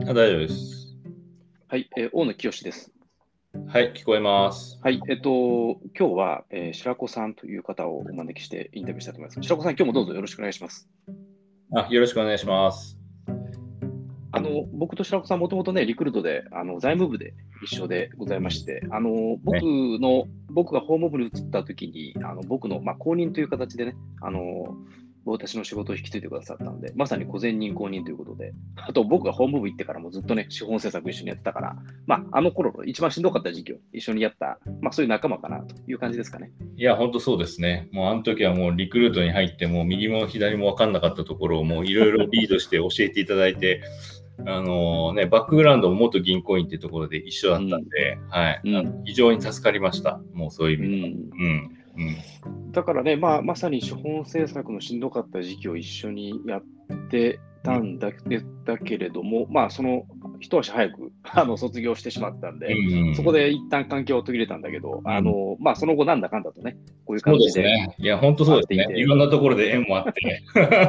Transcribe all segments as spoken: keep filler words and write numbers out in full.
あ、大丈夫です。 はい、えー大野清です。 はい、聞こえます。 はい、えっと、今日は、えー白子さんという方をお招きしてインタビューしたいと思います。白子さん、今日もどうぞよろしくお願いします。 あ、よろしくお願いします。 あの、僕と白子さん、もともとね、リクルートで、あの、財務部で一緒でございまして、あの、僕ね、 の、僕が法務部に移った時に、あの、僕の、まあ、後任という形でね、あの、私の仕事を引き継いでくださったんで、まさに小前任後任ということで、あと僕が法務部行ってからもずっとね、資本政策一緒にやってたから、まあ、あの頃の一番しんどかった時期を一緒にやった、まあ、そういう仲間かなという感じですかね。 いや、本当そうですね。もうあの時はもうリクルートに入って、もう右も左も分かんなかったところをもういろいろリードして教えていただいて、あのね、バックグラウンドも元銀行員っていうところで一緒だったんで、はい、あのうん。 非常に助かりました。もうそういうう意味では。 ん。 うん。うん。 だからね、まあ、まさに資本政策のしんどかった時期を一緒にやってたんだけだけれども、まあ、その一足早くあの卒業してしまったんうで、そこん。 で一旦関係を途切れたんだけど、 うん。 あのまあ、その後、なんだかんだとね、こういうそうで感じですね。いや、本当そうですね。い会っていて、 ろんなところで縁もあって。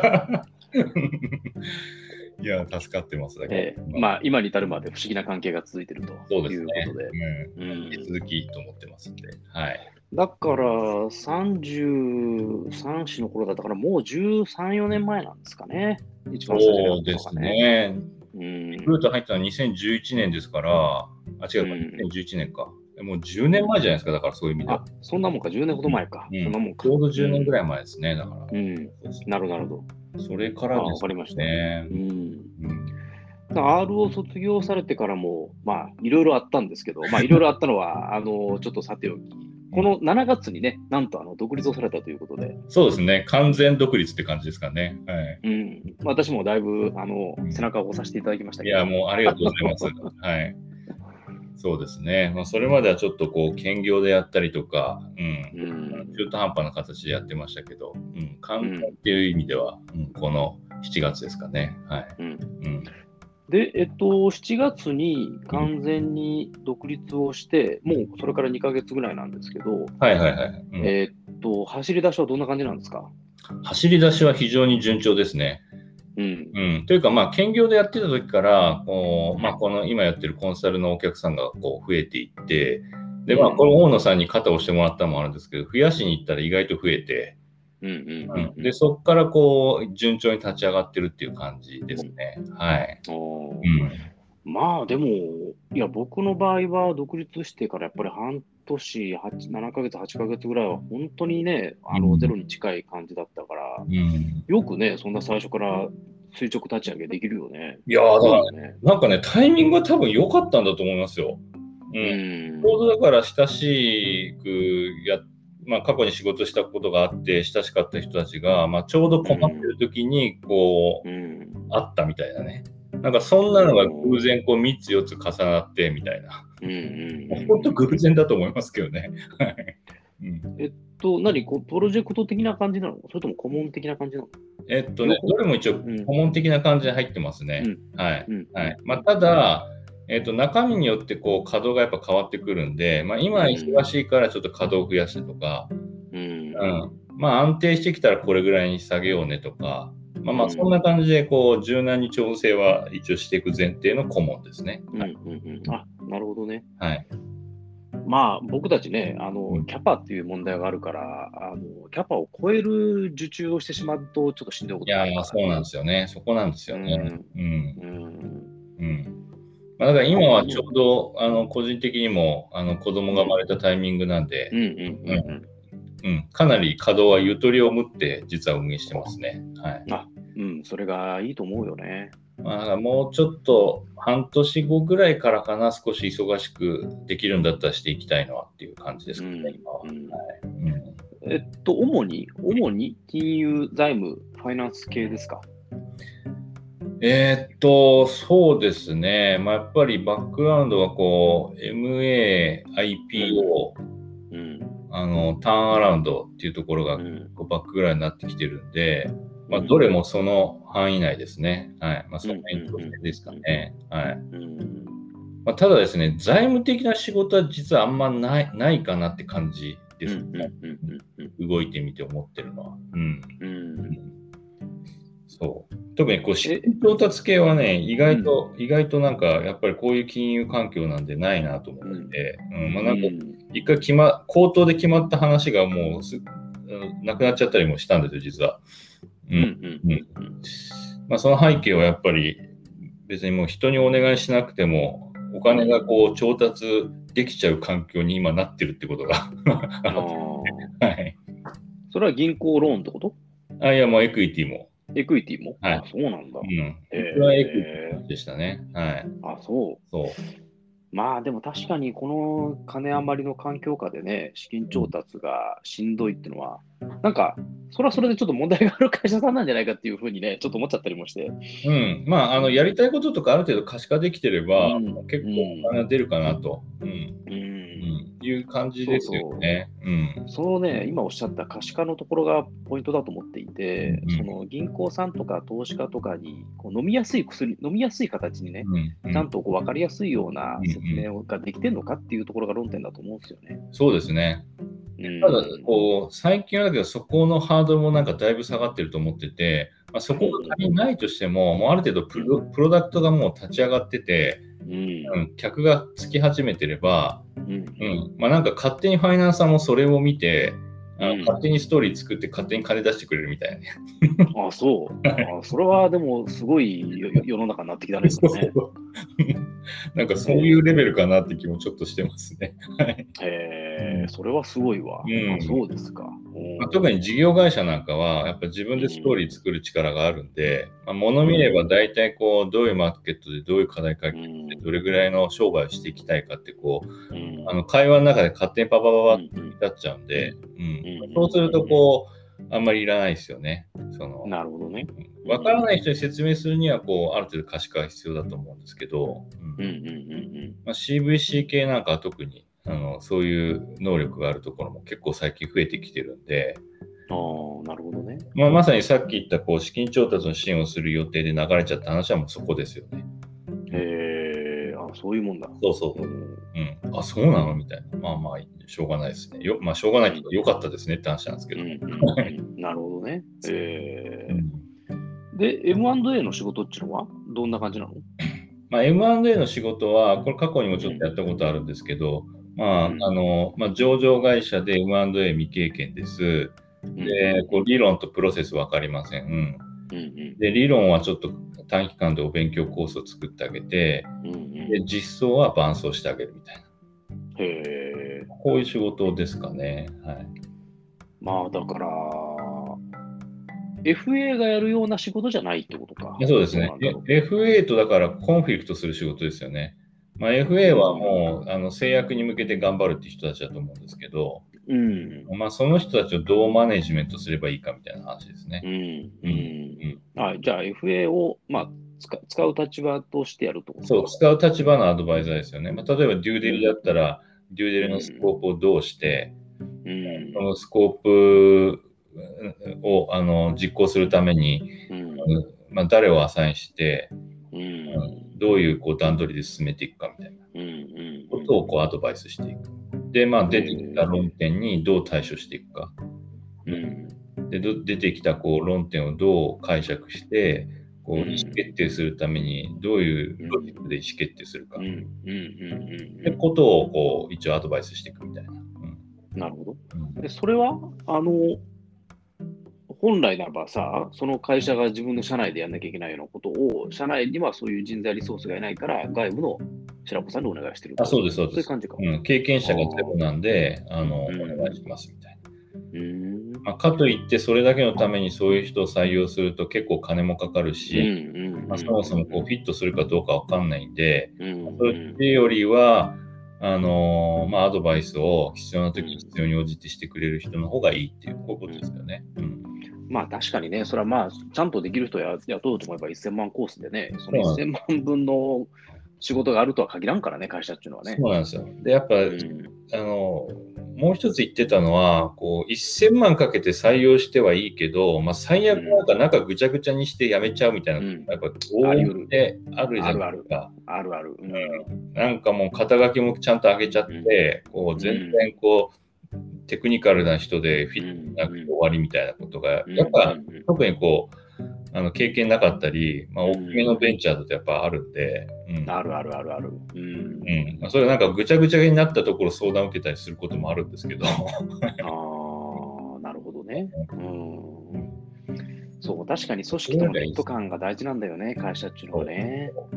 いや、助かってます。だから、 えーまあ、今に至るまで不思議な関係が続いているとそうですね。 いうことで、 うん。引きうん、 続きいいと思ってますんで。はい。 だからさんじゅうさん歳の頃だったから、もうじゅうさん、よねんまえなんですかね、一番最初に会っそうですたのがね。 ね。 うリクルーんト入ったのはにせんじゅういちねんですから、あ、違うか、 うん。 にせんじゅういちねんか。もうじゅうねんまえじゃないですか、だからそういう意味では。 あ、そんなもんか、じゅうねんほど前か。 うん。うん。 そんなもんか。 ちょうど10年ぐうん。 らい前ですね、だから。 うん。 そうそなるほど、なるほう。それかど。あ、 らですわかりました。 ね。 うん。 うん。 アール を卒業されてからも、まあ、いろいろあったんですけど、まあ、いろいろあったのは、あの、ちょっとさておき、 うん、 このしがつにね、なんとあの独立をされたということで、 そうですね。完全独立って感じですかね。はい。 うん。私もだいぶ、あの、 うん、 背中を押させていただきましたいや、 けど、 もうありがとうございます。はい。そうですね。まあ、それまではちょっとこう、兼業でやったりとか、うん、 うん。 中途半端な形でやってましたけど、うん、完全うん。 っていう意味では、うん、このしちがつですかね。はい。 うん。 うん。 で、えっと、しちがつにうん、 完全に独立をして、もうそれからにかげつぐらいなんですけど、 はいはいはい。うん、 えっと、走り出しはどんな感じなんですか？ 走り出しは非常に順調ですね。 うん。 うん、というか、まあ、兼業でやってた時から、こうまあ、この今やってるコンサルのお客さんがこう増えていって、で、まあ、こうん。 の大野さんに肩を押してもらったのもあるんですけど、増やしに行ったら意外と増えて、 うん。うん。 うん、で、 うん。 そこからこう、順調に立ち上がってるっていう感じですうん。 ね。はい。 おー、 うん。 まあ、でも、いや、僕の場合は独立してからやっぱり半年、はち、ななかげつ、はちかげつぐらいは本当にね、あの、ゼうん。 ロに近い感じだったから、 うん。 よくね、そんな最初から垂直立ち上げできるよね。 いやー、 すだから、 ごいよね。 なんかね、タイミングが多分良かったんだと思いますよ。ううん。ちょうん。 どだから親しくや、まあ、過去に仕事したことがあって親しかった人たちが、まあ、ちょうどう困ってるん。 時に、こうう、 ん。 あったみたいなね。なんかそんなのが偶おー、 然こうみっつよっつ重なってみたいな。 うん。うん。うん。 本当偶うん。 然だと思いますけどね。はい。うん。 えっと、何こう、プロジェクト的な感じなの？それとも顧問的な感じなの？ えっとね、 両方？ どれも一応うん。 顧問的な感じで入ってますね。 うん。 はい。 うん。うん。 はい。まあ、ただ、えっと、中身によってこう稼働がやっぱ変わってくるんで、まあ、今うん。 忙しいからちょっと稼働を増やしてとか、 ううん。 ん。まあ、安定してきたらこれぐらいに下げようねとか、まあまあ、そんなうん。 感じでこう柔軟に調整は一応していく前提の顧問ですね。 うん。 はい。 うん。うん。あ、なるほどね。 はい。 まあ、僕たちね、あの、 うん。 キャパっていう問題があるから、あの、キャパを超える受注をしてしまうと、ちょっとしんどいこともあるいやー、そうなんからね。 ですよね。そこなんですうよね。 ん。 うん。 うん。 うん。まあ、だから今はちょまあでも、 うど、あの、個人的にも、あの、子供が生まうん。 れたタイミングなんで、 うん。うん。うん。 うん、かなり稼働はゆとりを持って実は運営してますね。はい。 うん。あ、うん。それがいいと思うよね。 まあ、もうちょっと半年後ぐらいからかな、少し忙しくできるんだったらしていきたいのはっていう感じですかね、 うん。 今は。はうん。 い。うん、 えっと、主に、主に金融、財務、ファイナンス系ですか？ えーっと、そうですね。まあ、やっぱりバックグラウンドがこう、エムエー、 うん。 アイピーオー、 うん。 あの、ターンアラウンドっていうところがうん。 こうバックグラウンドになってきてるんで、まあ、どうん。 れもその範囲内ですね。はい。まあ、 うん。 その延長線ですかうん。 ね。はい。 うん。うん。 まあ、ただですね、財務的な仕事は実はあんまない、ないかなって感じでうん。うすね。 ん。うん。うん。 うん、動いてみて思ってるのは。うん。 うん。 うん、そう。 特にこう資金調達系はね、意外と、うん、意外となんかやっぱりこういう金融環境なんでないなと思って、うんうん、まあ、なんか一回決ま口頭で決まった話がもうすなくなっちゃったりもしたんですよ、実は。うんうんうんまあ、その背景はやっぱり別にもう人にお願いしなくてもお金がこう調達できちゃう環境に今なってるってことがあ、はい、 それは銀行ローンってこと？ あ、いや、もうエクイティも。 エクイティも、 はい、 あ、そうなんだ。 うん。えー、エクイティでしたね。はい。 あ、そう。 そう。 まあでも確かにこの金余りの環境下でね、資金調達がしんどいっていうのは、なんか、それはそれでちょっと問題がある会社さんなんじゃないかっていうふうにね、ちょっと思っちゃったりもして。 うん。まあ、あの、やりたいこととかある程度可視化できてれば、うん、結構お金が出るかなと。うん。うん。うん、いう感じですよね。 そうそう、うん。そのね、今おっしゃった可視化のところがポイントだと思っていて、うん、その銀行さんとか投資家とかにこう飲みやすい薬、飲みやすい形にね、うんうん、ちゃんとこう分かりやすいような説明ができてるのかっていうところが論点だと思うんですよね。 そうですね。ただこう、最近はだけど、そこのハードルもなんかだいぶ下がってると思ってて、まあ、そこが足りないとしても、もうある程度プロ、プロダクトがもう立ち上がってて、うんうん、客がつき始めてれば、うんうんまあ、なんか勝手にファイナンサーもそれを見て、あの勝手にストーリー作って勝手に金出してくれるみたいなね。 ああ、そう。あそれはでもすごい世の中になってきたね。そうそうなんかそういうレベルかなって気もちょっとしてますね。 へえ、それはすごいわ。うん、あ、そうですか。 まあ、特に事業会社なんかはやっぱ自分でストーリー作る力があるんで、まあ、物見れば大体こうどういうマーケットでどういう課題解決でどれぐらいの商売をしていきたいかってこう、うん、あの会話の中で勝手にパパパパって立っちゃうんで、うん、そうするとこうあんまりいらないですよね。そのなるほどね。 わからない人に説明するにはこうある程度可視化が必要だと思うんですけど、シーブイシー 系なんかは特にあのそういう能力があるところも結構最近増えてきてるんで、 ああ、なるほどね。 まあ、まさにさっき言ったこう資金調達の支援をする予定で流れちゃった話はもうそこですよね。 へえ、あ、そういうもんだ。 そうそう。うん。あ、そうなのみたいな。まあまあ、しょうがないですね。よまあ、しょうがないけど、よかったですねって話なんですけど。うんうん、なるほどね。えー、で、エムアンドエー の仕事っていうのはどんな感じなの？ まあ、エムアンドエー の仕事は、これ過去にもちょっとやったことあるんですけど、まあ、あの、まあ、上場会社で エムアンドエー 未経験です。で、こう理論とプロセス分かりません。うん。で、理論はちょっと短期間でお勉強コースを作ってあげて、で、実装は伴走してあげるみたいな。 へー。 こういう仕事ですかね。はい。 まあ、だから、エフエー がやるような仕事じゃないってことか。 そうですね。エフエー とだからコンフリクトする仕事ですよね。まあ、エフエー はもう、あの制約に向けて頑張るっていう人たちだと思うんですけど、うんまあ、その人たちをどうマネジメントすればいいかみたいな話ですね。うんうんうん、あじゃあ エフエー を、まあ、使, 使う立場としてやると。 そう、使う立場のアドバイザーですよね。まあ、例えばデューデリだったら、うん、デューデリのスコープをどうして、うん、そのスコープをあの実行するために、うんまあ、誰をアサインして、うん、どういうこう段取りで進めていくかみたいなことをこうアドバイスしていく。で、まあ、出てきた論点にどう対処していくか。うん、で出てきたこう論点をどう解釈して、こう意思決定するためにどういうロジックで意思決定するか。ってことをこう一応アドバイスしていくみたいな。うん、 なるほど。でそれはあの本来ならばさ、その会社が自分の社内でやんなきゃいけないようなことを、社内にはそういう人材リソースがいないから、外部の白子さんにお願いしてる。 あ、そうです、そうです。 そういう感じか。 うん、経験者がゼロなんで、あの、お願いしますみたいな。うんまあ、かといって、それだけのためにそういう人を採用すると結構金もかかるし、まあ、そもそもこうフィットするかどうかわかんないんで、それよりは、あのー、まあ、アドバイスを必要な時に必要に応じてしてくれる人の方がいいっていう、こういうことですよね。うんまあ確かにね、それはまあ、ちゃんとできる人を雇おうと思えばせんまんコースでね、そのせんまんぶんの仕事があるとは限らんからね、会社っていうのはね。 そうなんですよ。で、やっぱ、うん、あの、もう一つ言ってたのは、こう、せんまんかけて採用してはいいけど、まあ最悪なんか中ぐちゃぐちゃにしてやめちゃうみたいな、うん、やっぱ往々ってあるじゃないですか。 あるある。あるある。 うん、なんかもう肩書きもちゃんと上げちゃって、うん、こう、全然こう、テクニカルな人でフィットなくて終わりみたいなことが、やっぱ特にこう、 あの経験なかったり、まあ、大きめのベンチャーだとやっぱあるんで、 うん、あるあるあるある。 うんうんまあ、それなんかぐちゃぐちゃになったところ相談を受けたりすることもあるんですけど。ああ、なるほどね。うんそう、確かに組織とのフィット感が大事なんだよね、会社っていうのはね。 うん、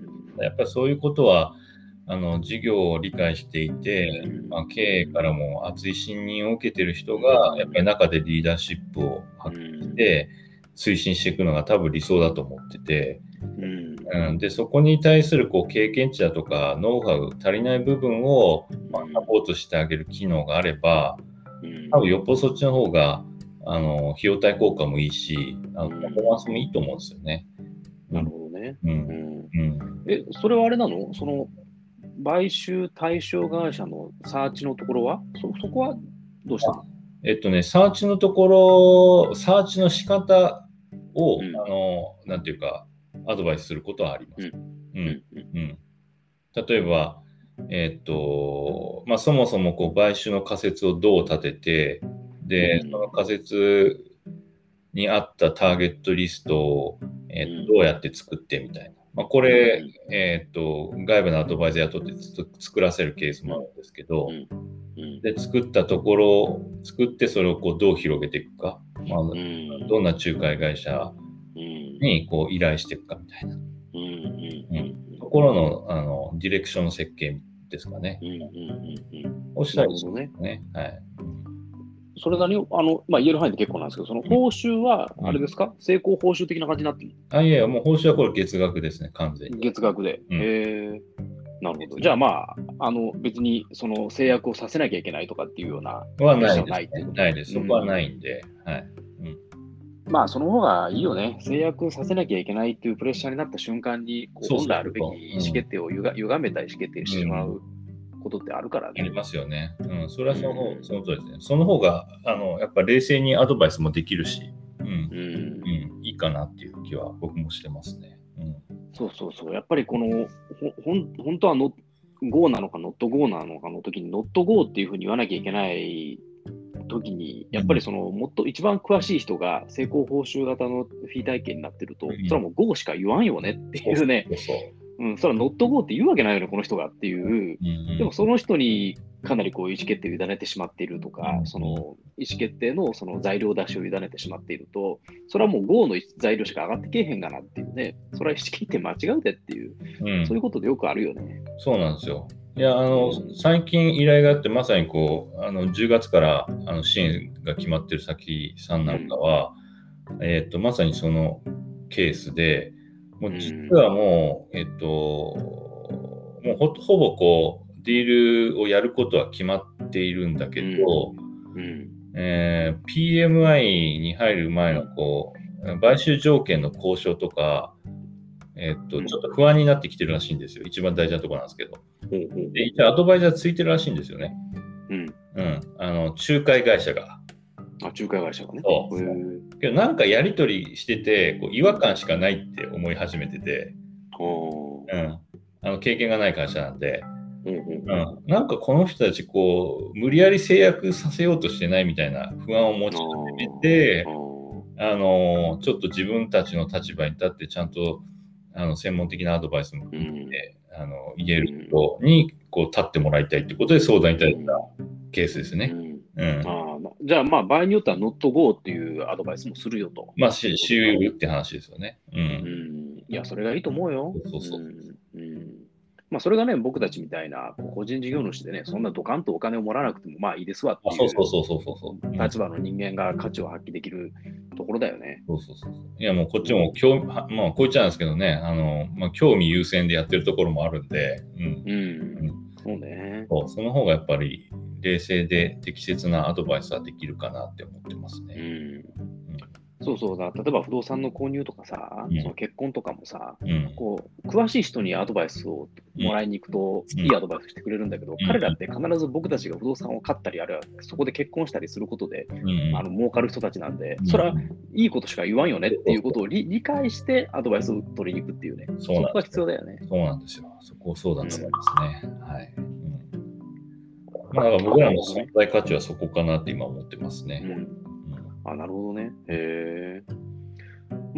やっぱりそういうことは、あの事業を理解していて、まあ、経営からも熱い信任を受けている人が、やっぱり中でリーダーシップを発揮して推進していくのが多分理想だと思ってて、うん、でそこに対するこう経験値だとかノウハウ足りない部分を、まあ、サポートしてあげる機能があれば、多分よっぽどそっちの方があの費用対効果もいいし、あのパフォーマンスもいいと思うんですよね。 なるほどね。 うんうんうん、 え、それはあれなの？その買収対象会社のサーチのところは、そ、そこはどうしたの？ えっとね、サーチのところ、サーチの仕方を、うん、あの、なんていうか、アドバイスすることはあります。うんうんうん、例えば、えっと、まあ、そもそもこう買収の仮説をどう立てて、で、その仮説に合ったターゲットリストを、えー、とどうやって作ってみたいな。まあ、これ、えっと、外部のアドバイザー雇って作らせるケースもあるんですけど、で、作ったところ、作ってそれをこうどう広げていくか、まあ、どんな仲介会社にこう依頼していくかみたいな、うん、ところの、あのディレクションの設計ですかね。をしたりするんですね。はい。 それなりに、あの、まあ、言える範囲で結構なんですけど、その報酬は、あれですか、うん、成功報酬的な感じになってる？ あ、いやいや、もう報酬はこれ月額ですね、完全に。 月額で。うん、へえ。なるほど。じゃあまあ、あの、別にその制約をさせなきゃいけないとかっていうようなはないです、ね。ないっていうこと。ないです。そこはないんで、うん、はい。 うん、まあ、その方がいいよね。制約させなきゃいけないっていうプレッシャーになった瞬間に、こう本来あるべき意思決定をゆが、歪めた意思決定してしまうことってあるからね。 ありますよね。うん、それはその方、うん、その通りですね。その方が、あの、やっぱ冷静にアドバイスもできるし、うん、うん、うん、いいかなっていう気は僕もしてますね。うん、 そうそうそう。やっぱりこの、ほん本当はノゴーなのかノットゴーなのかの時に、ノットゴーっていうふうに言わなきゃいけない時に、やっぱりその、もっと一番詳しい人が成功報酬型のフィー体験になってると、うん、それはもうゴーしか言わんよねっていうね。そうそうそううん、それはノットゴーって言うわけないよね、この人がっていう。うんうん、でもその人にかなりこう意思決定を委ねてしまっているとか、うんうん、その意思決定のその材料出しを委ねてしまっていると、それはもうゴーの材料しか上がってけえへんがなっていうね、それは意思決定間違うでっていう、うん、そういうことでよくあるよね。 そうなんですよ。いや、あの、うん、最近依頼があって、まさにこう、あのじゅうがつからあの支援が決まってる先さんなんかは、うん、えっと、まさにそのケースで、もう実はもう、えっと、もう ほ, ほぼこう、ディールをやることは決まっているんだけど、うんうんえー、ピーエムアイ に入る前のこう、買収条件の交渉とか、えっと、ちょっと不安になってきてるらしいんですよ。一番大事なところなんですけど。で、一応アドバイザーついてるらしいんですよね。うん。うん。あの、仲介会社が。 あ、仲介会社がね。 そう。けどなんかやり取りしてて、こう違和感しかないって思い始めてて、うん。あの経験がない会社なんで、うんうんうん、なんかこの人たちこう無理やり制約させようとしてないみたいな不安を持ち始めて、あのちょっと自分たちの立場に立ってちゃんとあの専門的なアドバイスも含めて、うん、あの言える人にこう立ってもらいたいということで相談いただいたケースですね。うんうん、あじゃあ、まあ、場合によっては、ノットゴーっていうアドバイスもするよと。 まあ、し、しうるって話ですよね。うん。うん、 いや、それがいいと思うよ。 そうそうそう。 うんうんまあ、それがね、僕たちみたいな個人事業主でね、そんなドカンとお金をもらわなくてもまあいいですわっていう立場の人間が価値を発揮できるところだよね。 そうそうそう。いや、もうこっちも興味、まあ、こう言っちゃうんですけどね、あの、まあ、興味優先でやってるところもあるんで、うん。うん。 うん、そうねそう。その方がやっぱり冷静で適切なアドバイスはできるかなって思ってますね。うんそうそうだ、例えば不動産の購入とかさ、うん、その結婚とかもさ、うん、こう詳しい人にアドバイスをもらいに行くと、うん、いいアドバイスしてくれるんだけど、うん、彼らって必ず僕たちが不動産を買ったり、あるいはそこで結婚したりすることで、うん、あの儲かる人たちなんで、それはいいことしか言わんよねっていうことを 理, 理解してアドバイスを取りに行くっていうね、そこが必要だよね。 そうなんですよ。そこをそうだと思いますね。はい。まあ、だから僕らの存在価値はそこかなって今思ってますね。 うん、あ、なるほどね。へえ。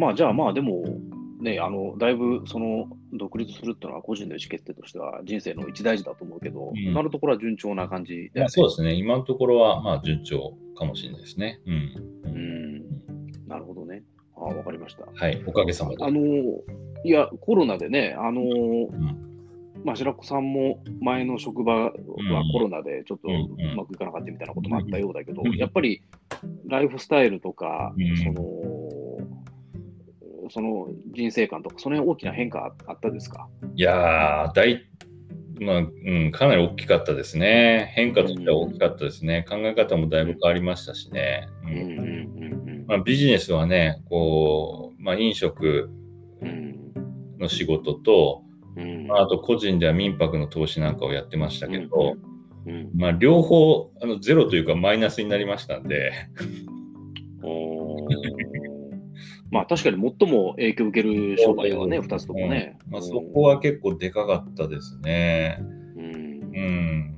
まあじゃあまあでも、ね、あの、だいぶその独立するっていうのは個人の意思決定としては人生の一大事だと思うけど、 うん、 今のところは順調な感じだまあ、 よね。 そうですね。今のところは、まあ、順調かもしれないですね。うん。ううんん、なるほどね。ああ、わかりました。 はい。おかげさまで。 あの、いや、コロナでね、あの、 うん。 まあ、白子さんも前の職場はコロナでちょっとうん。 ううん。 まくいかなかったみたいなこともあったようだけど、 うん。 やっぱりライフスタイルとか、そうん。 の、その人生観とか、その辺大きな変化あったですか？ いやー、大、まあ、うん、かなり大きかったですね。変化としては大きかったですね。考え方もだいぶ変わりましたしね。ううんうん。 んまあ、ビジネスはね、こう、まあ、飲食うんうんの仕事と、 うんまあ、あと個人では民泊の投資なんかをやってましたうんけど、 うんうんまあ、両方あのゼロというかマイナスになりましたんで、 おーまあ確かに最も影響を受ける商売だわね、二つともね。 うん、まあ、そこは結構でかかったですね。 うんうん。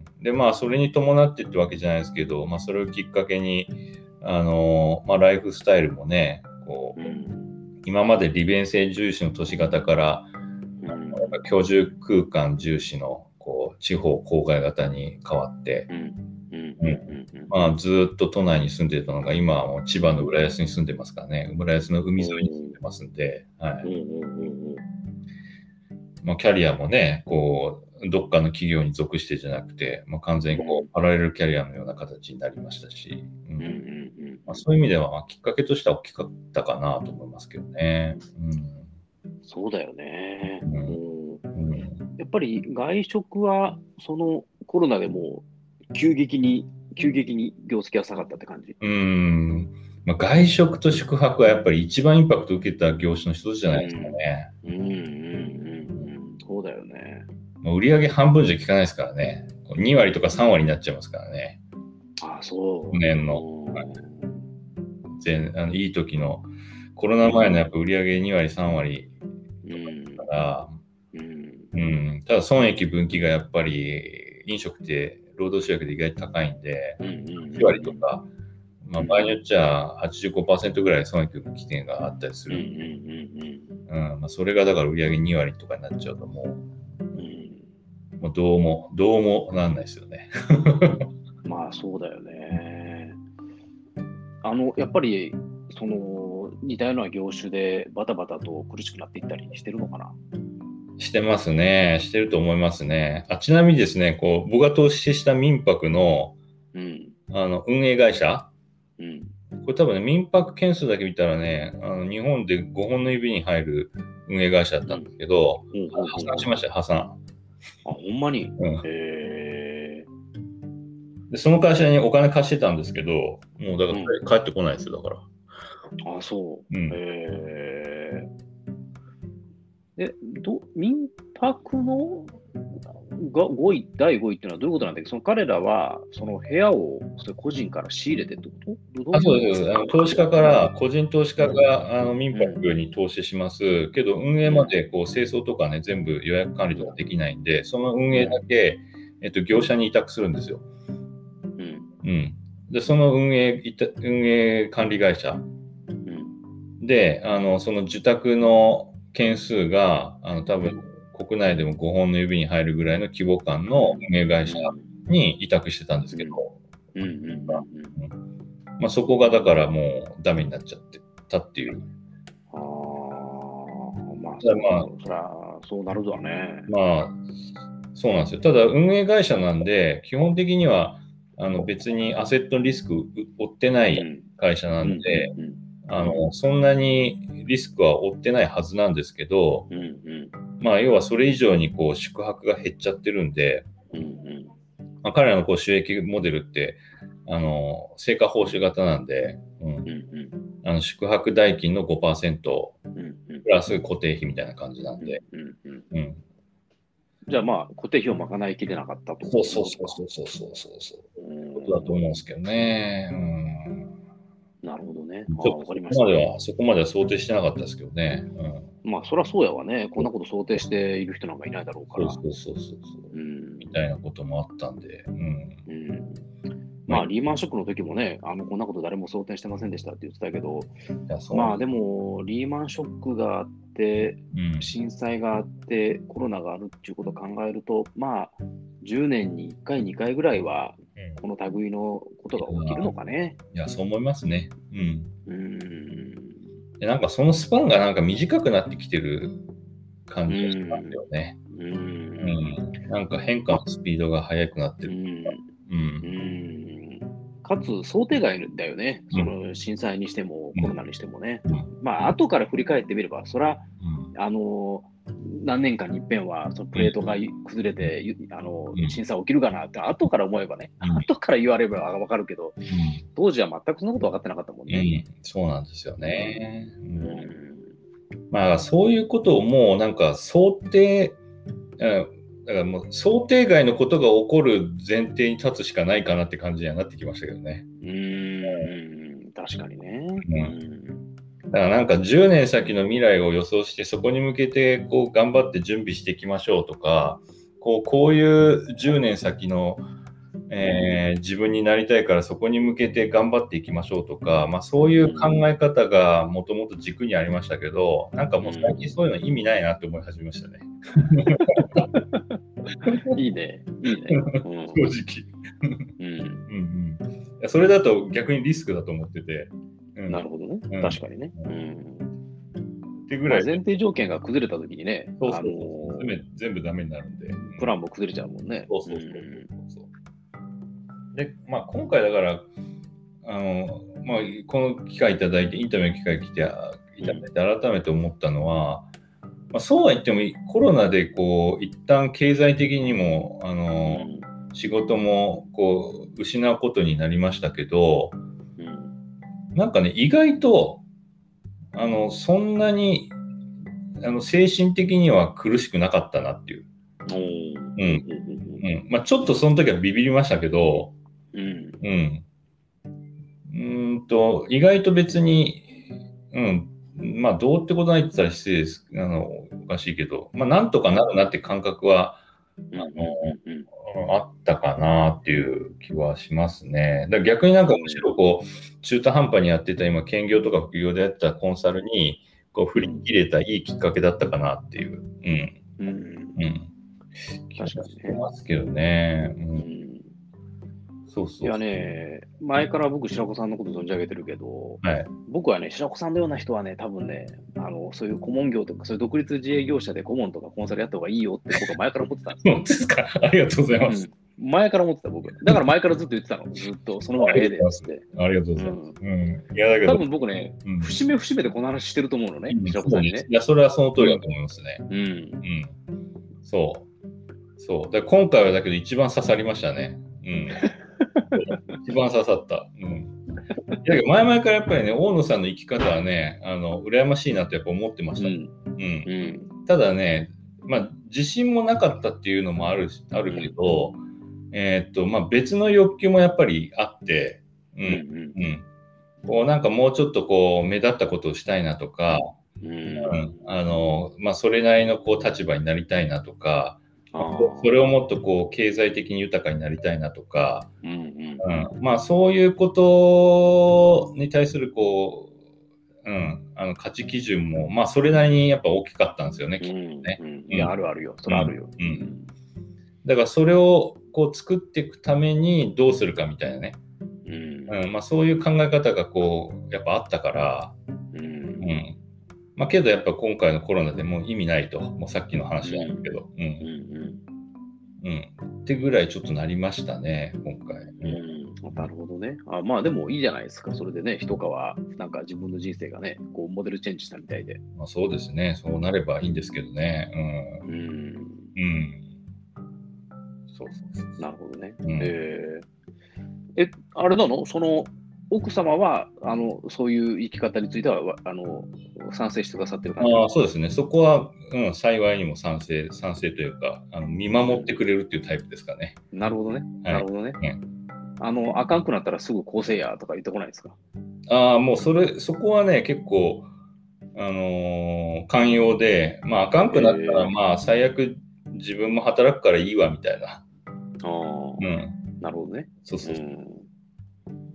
で、まあ、それに伴ってってわけじゃないですけど、まあ、それをきっかけに、あの、まあ、ライフスタイルもね、こう、 うん今まで利便性重視の都市型から、 うんあの居住空間重視の、こう、地方郊外型に変わって、 うんうんうんうんまあ、ずーっと都内に住んでたのが、今はもう千葉の浦安に住んでますからね、浦安の海沿いに住んでますんで、はい。 うんうんうんまあ、キャリアもね、こう、どっかの企業に属してじゃなくて、まあ、完全にこう、パラレルキャリアのような形になりましたし、うんうんうんうんまあ、そういう意味では、まあ、きっかけとしては大きかったかなと思いますけどね。 そうだよね。 うん。 うんうん。うんやっぱり外食は、そのコロナでも急激に、急激に業績が下がったって感じ。 うーん。まあ、外食と宿泊はやっぱり一番インパクトを受けた業種の一つじゃないですかね。 うんうんうんうんうんそうだよね。 まあ、売上半分じゃ効かないですからね。に割とかさん割になっちゃいますからね。 ああ、そう。 去年の。全あのいい時のコロナ前のやっぱ売上に割さん割うんだから、 うんうん、ただ損益分岐がやっぱり飲食って労働集約で意外と高いんで、 うんうんいち割とか、まあ、場合によっちゃはちじゅうごパーセントぐらい損益分岐点があったりする。 うんうんうんうんまあ、それがだから売上に割とかになっちゃうともうんうんう、もうどうも、どうもなんないですよね。 まあそうだよね。あの、やっぱり、その、似たような業種でバタバタと苦しくなっていったりしてるのかな。 してますね。してると思いますね。あ、ちなみにですね、こう、僕が投資した民泊の、 うん。 あの、運営会社、 うん。 これ多分ね、民泊件数だけ見たらね、あの日本でごほんの指に入る運営会社だったんですけど、 うんほうほう破産しましたよ、破産。 あ、ほんまに。 うんへえ。 で、その会社にお金貸してたんですけど、もうだからうん帰ってこないですよ、だから。 あ、そう。 うんへえ。え、ど、民泊のがごい、だいごいっていうのはどういうことなんだっけど、その彼らは、その部屋をそれ個人から仕入れてってことどどあ、そういです。あの投資家から、個人投資家うんがあの民泊に投資しますけど、運営までこう清掃とかね、全部予約管理とかできないんで、その運営だけ、えっと、業者に委託するんですよ。 うん。 うん。で、その運営、いた運営管理会社うん。 で、あの、その受託の件数が、あの、多分、国内でもごほんの指に入るぐらいの規模感の運営会社に委託してたんですけど、 うんうんうんうん。 まあ、そこがだからもうダメになっちゃってたっていう。 ああ、まあ、 ただまあそりゃそうなるわね。 まあ、そうなんですよ。ただ、運営会社なんで、基本的にはあの別にアセットリスク負ってない会社なんで、 うんうんあのそんなにリスクは負ってないはずなんですけど、 うんうんまあ、要はそれ以上にこう宿泊が減っちゃってるんで、 うんうんまあ、彼らのこう収益モデルってあの成果報酬型なんで、うんうんうんあの宿泊代金の ごパーセントうんうんプラス固定費みたいな感じなんで、 うんうんうん、 じゃあまあ、固定費を賄いきれなかったと。 そうそうそうそうそうそうそうそううんことだと思うんですけどね。うんなるほどね。ああ、 ちょっとそわかりました。 こまでは、そこまでは想定してなかったですけどね。うん、 まあ、そりゃそうやわね。こんなこと想定している人なんかいないだろうから。 そうそうそうそうそう。 うんみたいなこともあったんで。うん。 うんまあ、リーマンショックの時もね、あのこんなこと誰も想定してませんでしたって言ってたけど、 いやそうまあでも、リーマンショックがあって、 うん、 震災があって、コロナがあるっていうことを考えると、まあ、じゅうねんにいっかい、にかいぐらいは、この類のことが起きるのかね。 いや、そう思いますね。うん。 うーん。 で、なんかそのスパンがなんか短くなってきてる感うじがしますん。 よね。 う。 うんん。なんか変化のスピードが速くなってる。 うん。 う。 うんん。かつ、想定外だよね。 うんその震災にしても、 うんコロナにしてもね。 うんまあ、後から振り返ってみれば、そら、 うんあの、何年かに一遍は、そのプレートが崩れて、ゆあのうん震災起きるかなって、後から思えばね、 うん後から言われればわかるけど、 うん当時は全くそんなこと分かってなかったもんね。 うん、そうなんですよね。ううんん、まあそういうことをもうなんか想定、うんだからもう想定外のことが起こる前提に立つしかないかなって感じにはなってきましたけどね。 うーん、確かにね。 ううんん。 だからなんかじゅうねん先の未来を予想してそこに向けてこう頑張って準備していきましょうとか、こうこういうじゅうねん先の、えー自分になりたいからそこに向けて頑張っていきましょうとか、まあ、そういう考え方がもともと軸にありましたけど、なんかもう最近そういうの意味ないなって思い始めましたね。 いいね、いいね。うん、 正直。 うん、 うんうん、いやそれだと逆にリスクだと思ってて。うん、 なるほどね。 うん確かにね。 ううんん。 ってぐらい、 まあ前提条件が崩れたときにね、あそうそうの全部全部ダメになるんで。 プランも崩れちゃうもんね。 そうそうそうそうそう。で、まあ、今回だから、あのまあ、この機会いただいて、インタビューの機会来ていただいて、改めて思ったのは、まあ、そうは言っても、コロナでこう一旦経済的にもあの、 うん、 仕事もこう失うことになりましたけど、 うん、 なんかね、意外とあのそんなにあの精神的には苦しくなかったなっていう。 おーうんうんうんまあ、ちょっとその時はビビりましたけど、 うんうん、うーんと意外と別に、うん、まあどうってことないって言ったら失礼です、あのおかしいけど、まあなんとかなるなって感覚はうんうんうんうんあったかなっていう気はしますね。だから逆になんかむしろこう中途半端にやってた今兼業とか副業でやってたコンサルにこう振り切れたいいきっかけだったかなっていう、うんうんうん気がし確かにね。 ますけどね。う、 うんんそうそう。 いやね、前から僕、白子さんのこと存じ上げてるけど、 はい。 僕はね、白子さんのような人はね、多分ね、あのそういう顧問業とか、そういう独立自営業者で顧問とかコンサルやった方がいいよって僕は前から思ってたんですよ。 そうですか。ありがとうございます。 うん、前から思ってた、僕。だから前からずっと言ってたの、ずっと、その方がええでっつって。 ありがとうございます。うん。いや、だけど、 多分僕ね、 うん、 節目節目でこの話してると思うのね、白子さんにね。 いや、それはその通りだと思いますね。 うん。 うん。そう。そう。だから今回はだけど一番刺さりましたね。うん。一番刺さった。うん。だけど前々からやっぱりね、大野さんの生き方はね、あの、羨ましいなってやっぱ思ってました。 ううん。 ん。うん。 ただね、まあ、自信もなかったっていうのもあるしあるけど、えーっと、まあ、別の欲求もやっぱりあって、ううん。 ん。 うん。 うんこうなんかもうちょっとこう目立ったことをしたいなとか、 うん。 うんあのまあ、それなりのこう立場になりたいなとか、 あーそれをもっとこう経済的に豊かになりたいなとか、 うん。うん。 うんまあ、そういうことに対するこう、うん、あの価値基準も、まあ、それなりにやっぱ大きかったんですよね、きっとね。 うん。うん。いや、あるあるよ。それあるよ。 うんうんだからそれをこう作っていくためにどうするかみたいなね、 うん。 うんまあ、そういう考え方がこうやっぱあったから、 うん。 うんまあ、けどやっぱ今回のコロナでもう意味ないと、もうさっきの話なんだけど、うんうん。 うん、ってぐらいちょっとなりましたね、今回。 うん。なるほどね。あまあでもいいじゃないですか。それでね、一皮、なんか自分の人生がね、こうモデルチェンジしたみたいで。 まあ、そうですね、そうなればいいんですけどね。 うん。 うん。うん、そうそうそう。 なるほどね。 うんえー、え、あれなのその、奥様は、あの、そういう生き方については、わあの、賛成してくださってる感じああそうですね、そこは、うん、幸いにも賛成、賛成というか、あの見守ってくれるっていうタイプですかね。 なるほどね。 はいなるほどね。 ねあの、あかんくなったらすぐ構成やとか言ってこないですか？ ああ、もうそれ、そこはね、結構、あのー寛容で、まあ、あかんくなったら、 えーまあ、最悪自分も働くからいいわみたいな。 ああ、 うん。 なるほどね。 そうそうう。 ん。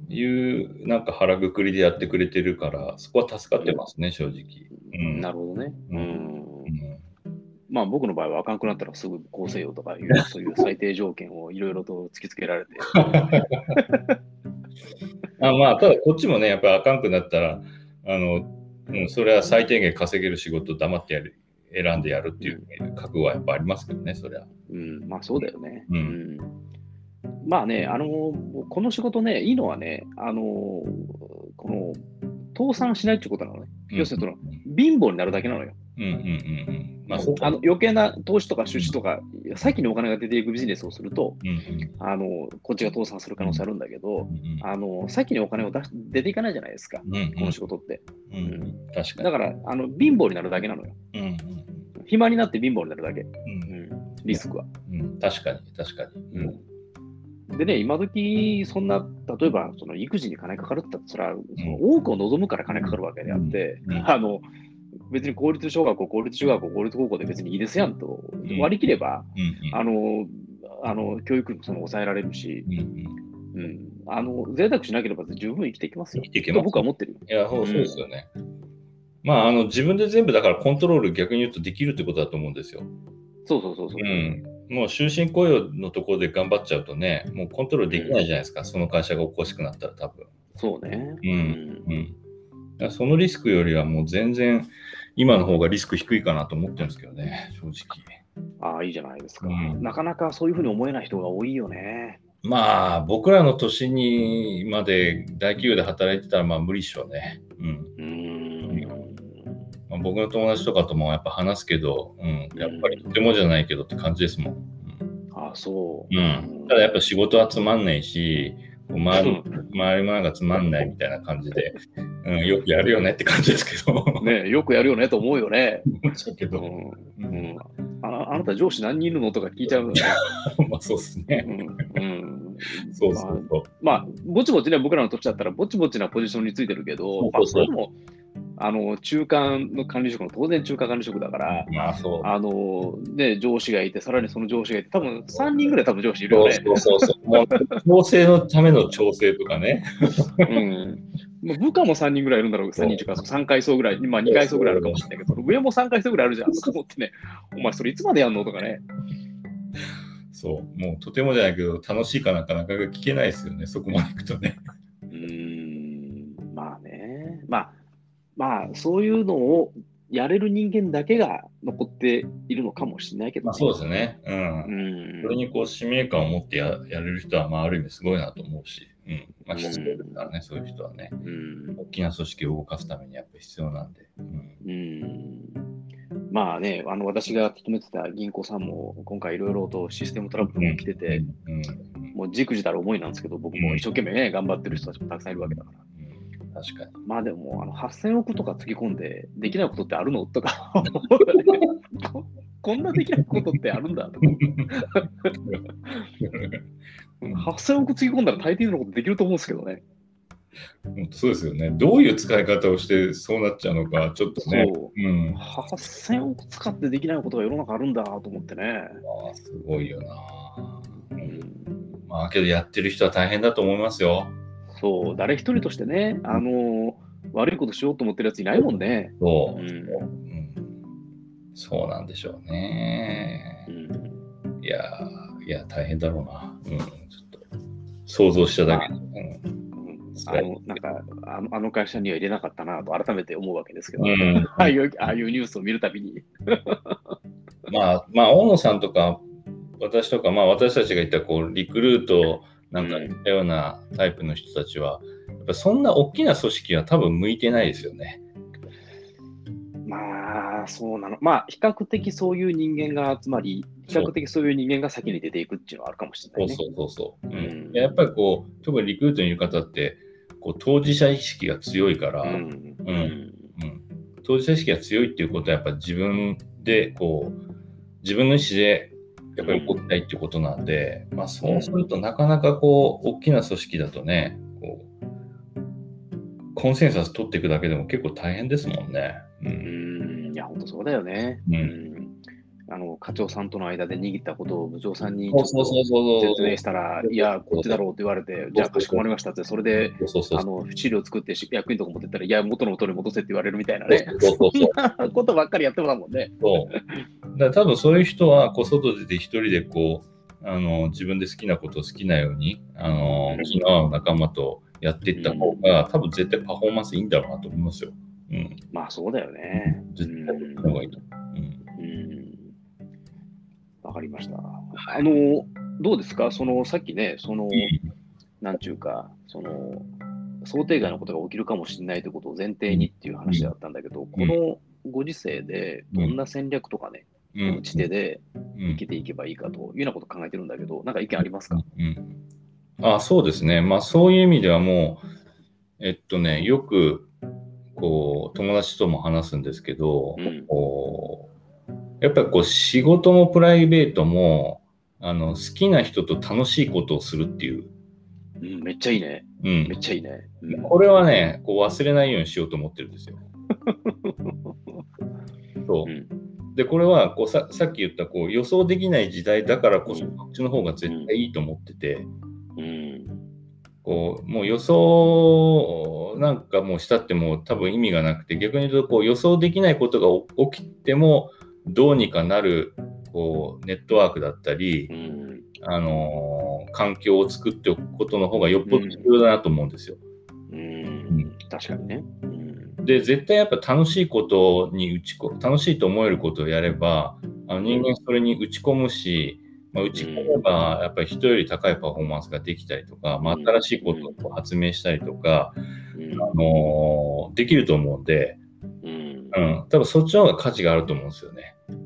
いうなんか腹くくりでやってくれてるから、そこは助かってますね、うん、正直。 うん、なるほどね。うん。うん、まあ僕の場合はあかんくなったらすぐこうせよとかいう、そういう最低条件をいろいろと突きつけられて。 あまあ、ただこっちもね、やっぱりあかんくなったら、あの、うん、それは最低限稼げる仕事を黙ってやる、選んでやるっていう覚悟はやっぱありますけどね、そりゃ。 うん、まあそうだよね。 うん。 うんまあね、あのこの仕事ね、いいのはね、あのこの倒産しないっていうことなのね。うん、要するにその、貧乏になるだけなのよ。 うんうんうんうんまあ、あの余計な投資とか出資とか、うん、先にお金が出ていくビジネスをすると、うんうん、あのこっちが倒産する可能性あるんだけど、うんうん、あの先にお金を出し出ていかないじゃないですか、うんうん、この仕事って。 うんうん、確かにだからあの貧乏になるだけなのよ。うんうん、暇になって貧乏になるだけ、うんうん、リスクは、 うん。確かに、確かに。うんでね、今時そんな、例えばその育児に金かかるって言ったら、それはその多くを望むから金かかるわけであって、うんうん、あの別に公立小学校、公立中学校、公立高校で別にいいですやんと割り切れば、うんうん、あのあの教育費もその抑えられるし、うんうんうん、あの贅沢しなければ十分生きていきますよ。生きていけますと僕は思ってる。 いや、そうですよね。うん、まあ、あの自分で全部だからコントロール逆に言うとできるってことだと思うんですよ。 そうそうそうそう。 うんもう終身雇用のところで頑張っちゃうとね、もうコントロールできないじゃないですか、うん、その会社がおかしくなったら多分。 そうね。 うん。うん、そのリスクよりはもう全然今の方がリスク低いかなと思ってるんですけどね、正直。ああ、いいじゃないですか、うん。なかなかそういうふうに思えない人が多いよね。 まあ、僕らの年にまで大企業で働いてたらまあ無理っしょうね。うん。うんまあ、僕の友達とかともやっぱ話すけど、うん、やっぱりとてもじゃないけどって感じですもん。うん、 ああ、そう。 うん。ただやっぱ仕事はつまんないし、周り周りもなんかつまんないみたいな感じで、うん、よくやるよねって感じですけど。 ねよくやるよねと思うよね。 思っちゃうけど。 うんうん、あ, あなた上司何人いるのとか聞いちゃうのね。 まあそうっすね。うん。うん、 そうそうそう。まあ、まあ、ぼちぼちね、僕らの年だったらぼちぼちなポジションについてるけど、まあ、それも、あの中間の管理職の当然中間管理職だから、 まあそうあのね、上司がいて、さらにその上司がいて、多分さんにんぐらい多分上司いるよね。 そうそうそうそう。調整のための調整とかね。 うんまあ、部下もさんにんぐらいいるんだろう、さんにんというかさんかい層ぐらい、まあにかい層ぐらいあるかもしれないけど、上もさんかい層ぐらいあるじゃんと思ってね、お前それいつまでやんのとかね。 そう、もうとてもじゃないけど、楽しいかなかなか聞けないですよね、そこまでいくとね。 うーん、まあね。まあ、まあ、そういうのをやれる人間だけが残っているのかもしれないけど、ね、 まあ、そうですね。うん。うん、それにこう使命感を持って や, やれる人は、まあ、ある意味すごいなと思うし、うん。まあ、必要ですからね、うん、そういう人はね、うん。大きな組織を動かすためにやっぱり必要なんで。うん。 うんまあね、あの私が勤めてた銀行さんも今回いろいろとシステムトラブルも来てて、うんうんうん、もうじくじたる思いなんですけど、僕も一生懸命ね、頑張ってる人たちもたくさんいるわけだから。 確かに。 まあでも、あのはっせんおくとかつぎ込んでできないことってあるのとかこんなできないことってあるんだとかはっせんおくつぎ込んだら大抵のことできると思うんですけどね。 そうですよね。どういう使い方をしてそうなっちゃうのか、ちょっとね。 そう。うん、はっせんおく使ってできないことが世の中あるんだと思ってね。 ああ、すごいよな。うん。まあ、けどやってる人は大変だと思いますよ。 そう、誰一人としてね、あのー、悪いことしようと思ってるやついないもんね。 そう。うんうん、そうなんでしょうね。うん、いや、いや、大変だろうな。うん、ちょっと想像しただけで。まあうんあのなんかあのあの会社には入れなかったなと改めて思うわけですけど、うん、ああいうああいうニュースを見るたびにまあまあ大野さんとか私とかまあ私たちが言ったこうリクルートなんかいったようなタイプの人たちは、うん、やっぱそんな大きな組織は多分向いてないですよね。 まあそうなの。まあ比較的そういう人間が集まり、比較的そういう人間が先に出ていくっていうのはあるかもしれないね。 そうそうそうそう、うんうん、やっぱりこう特にリクルートにいる方ってこう当事者意識が強いから、うんうんうん、当事者意識が強いっていうことはやっぱり自分でこう自分の意思でやっぱり起こりたいっていうことなんで、うんまあ、そうするとなかなかこう大きな組織だとねこうコンセンサス取っていくだけでも結構大変ですもんね。 うん、うんいや本当そうだよね。うん、うんあの課長さんとの間で握ったことを部長さんにちょっそうそうとそうそう説明したら、いや、こっちだろうって言われて、じゃあかしこまりましたって、それでそうそうそうあの資料作って役員とか持ってったら、いや、元の元に戻せって言われるみたいなね、 そうそうそうそんなことばっかりやってもらうもんね。 そう。だから多分そういう人はこう外出て一人でこうあの自分で好きなことを好きなようにあの気の合う仲間とやっていった方が、多分絶対パフォーマンスいいんだろうなと思いますよ。うん、 まあそうだよね。 絶対そっちの方がいいと思う。 うん。わかりました。あの、どうですかその、さっきね、その、なんちゅうか、その、想定外のことが起きるかもしれないということを前提にっていう話だったんだけど、このご時世でどんな戦略とかね、打ち手で生きていけばいいかというようなことを考えてるんだけど、なんか意見ありますか？ うんうんあそうですね。まあそういう意味ではもう、えっとね、よくこう友達とも話すんですけど、 うん、 こうやっぱりこう仕事もプライベートもあの好きな人と楽しいことをするっていう。 うん、めっちゃいいね。 うん、 めっちゃいいね。 うん、これはね、こう忘れないようにしようと思ってるんですよ。そう。うんで、これはこう さ, さっき言ったこう予想できない時代だからこそ、こっちの方が絶対いいと思ってて、うん、こうもう予想なんかもうしたっても多分意味がなくて、逆に言うとこう予想できないことが起きてもどうにかなるこうネットワークだったり、うん、あのー、環境を作っておくことの方がよっぽど重要だなと思うんですよ。 うんうん、確かにね。 で、絶対やっぱ楽しいことに打ちこ楽しいと思えることをやれば、あの人間それに打ち込むし、まあ、打ち込めばやっぱり人より高いパフォーマンスができたりとか、まあ、新しいことを発明したりとか、あのー、できると思うんで、うん、多分そっちの方が価値があると思うんですよね。うん。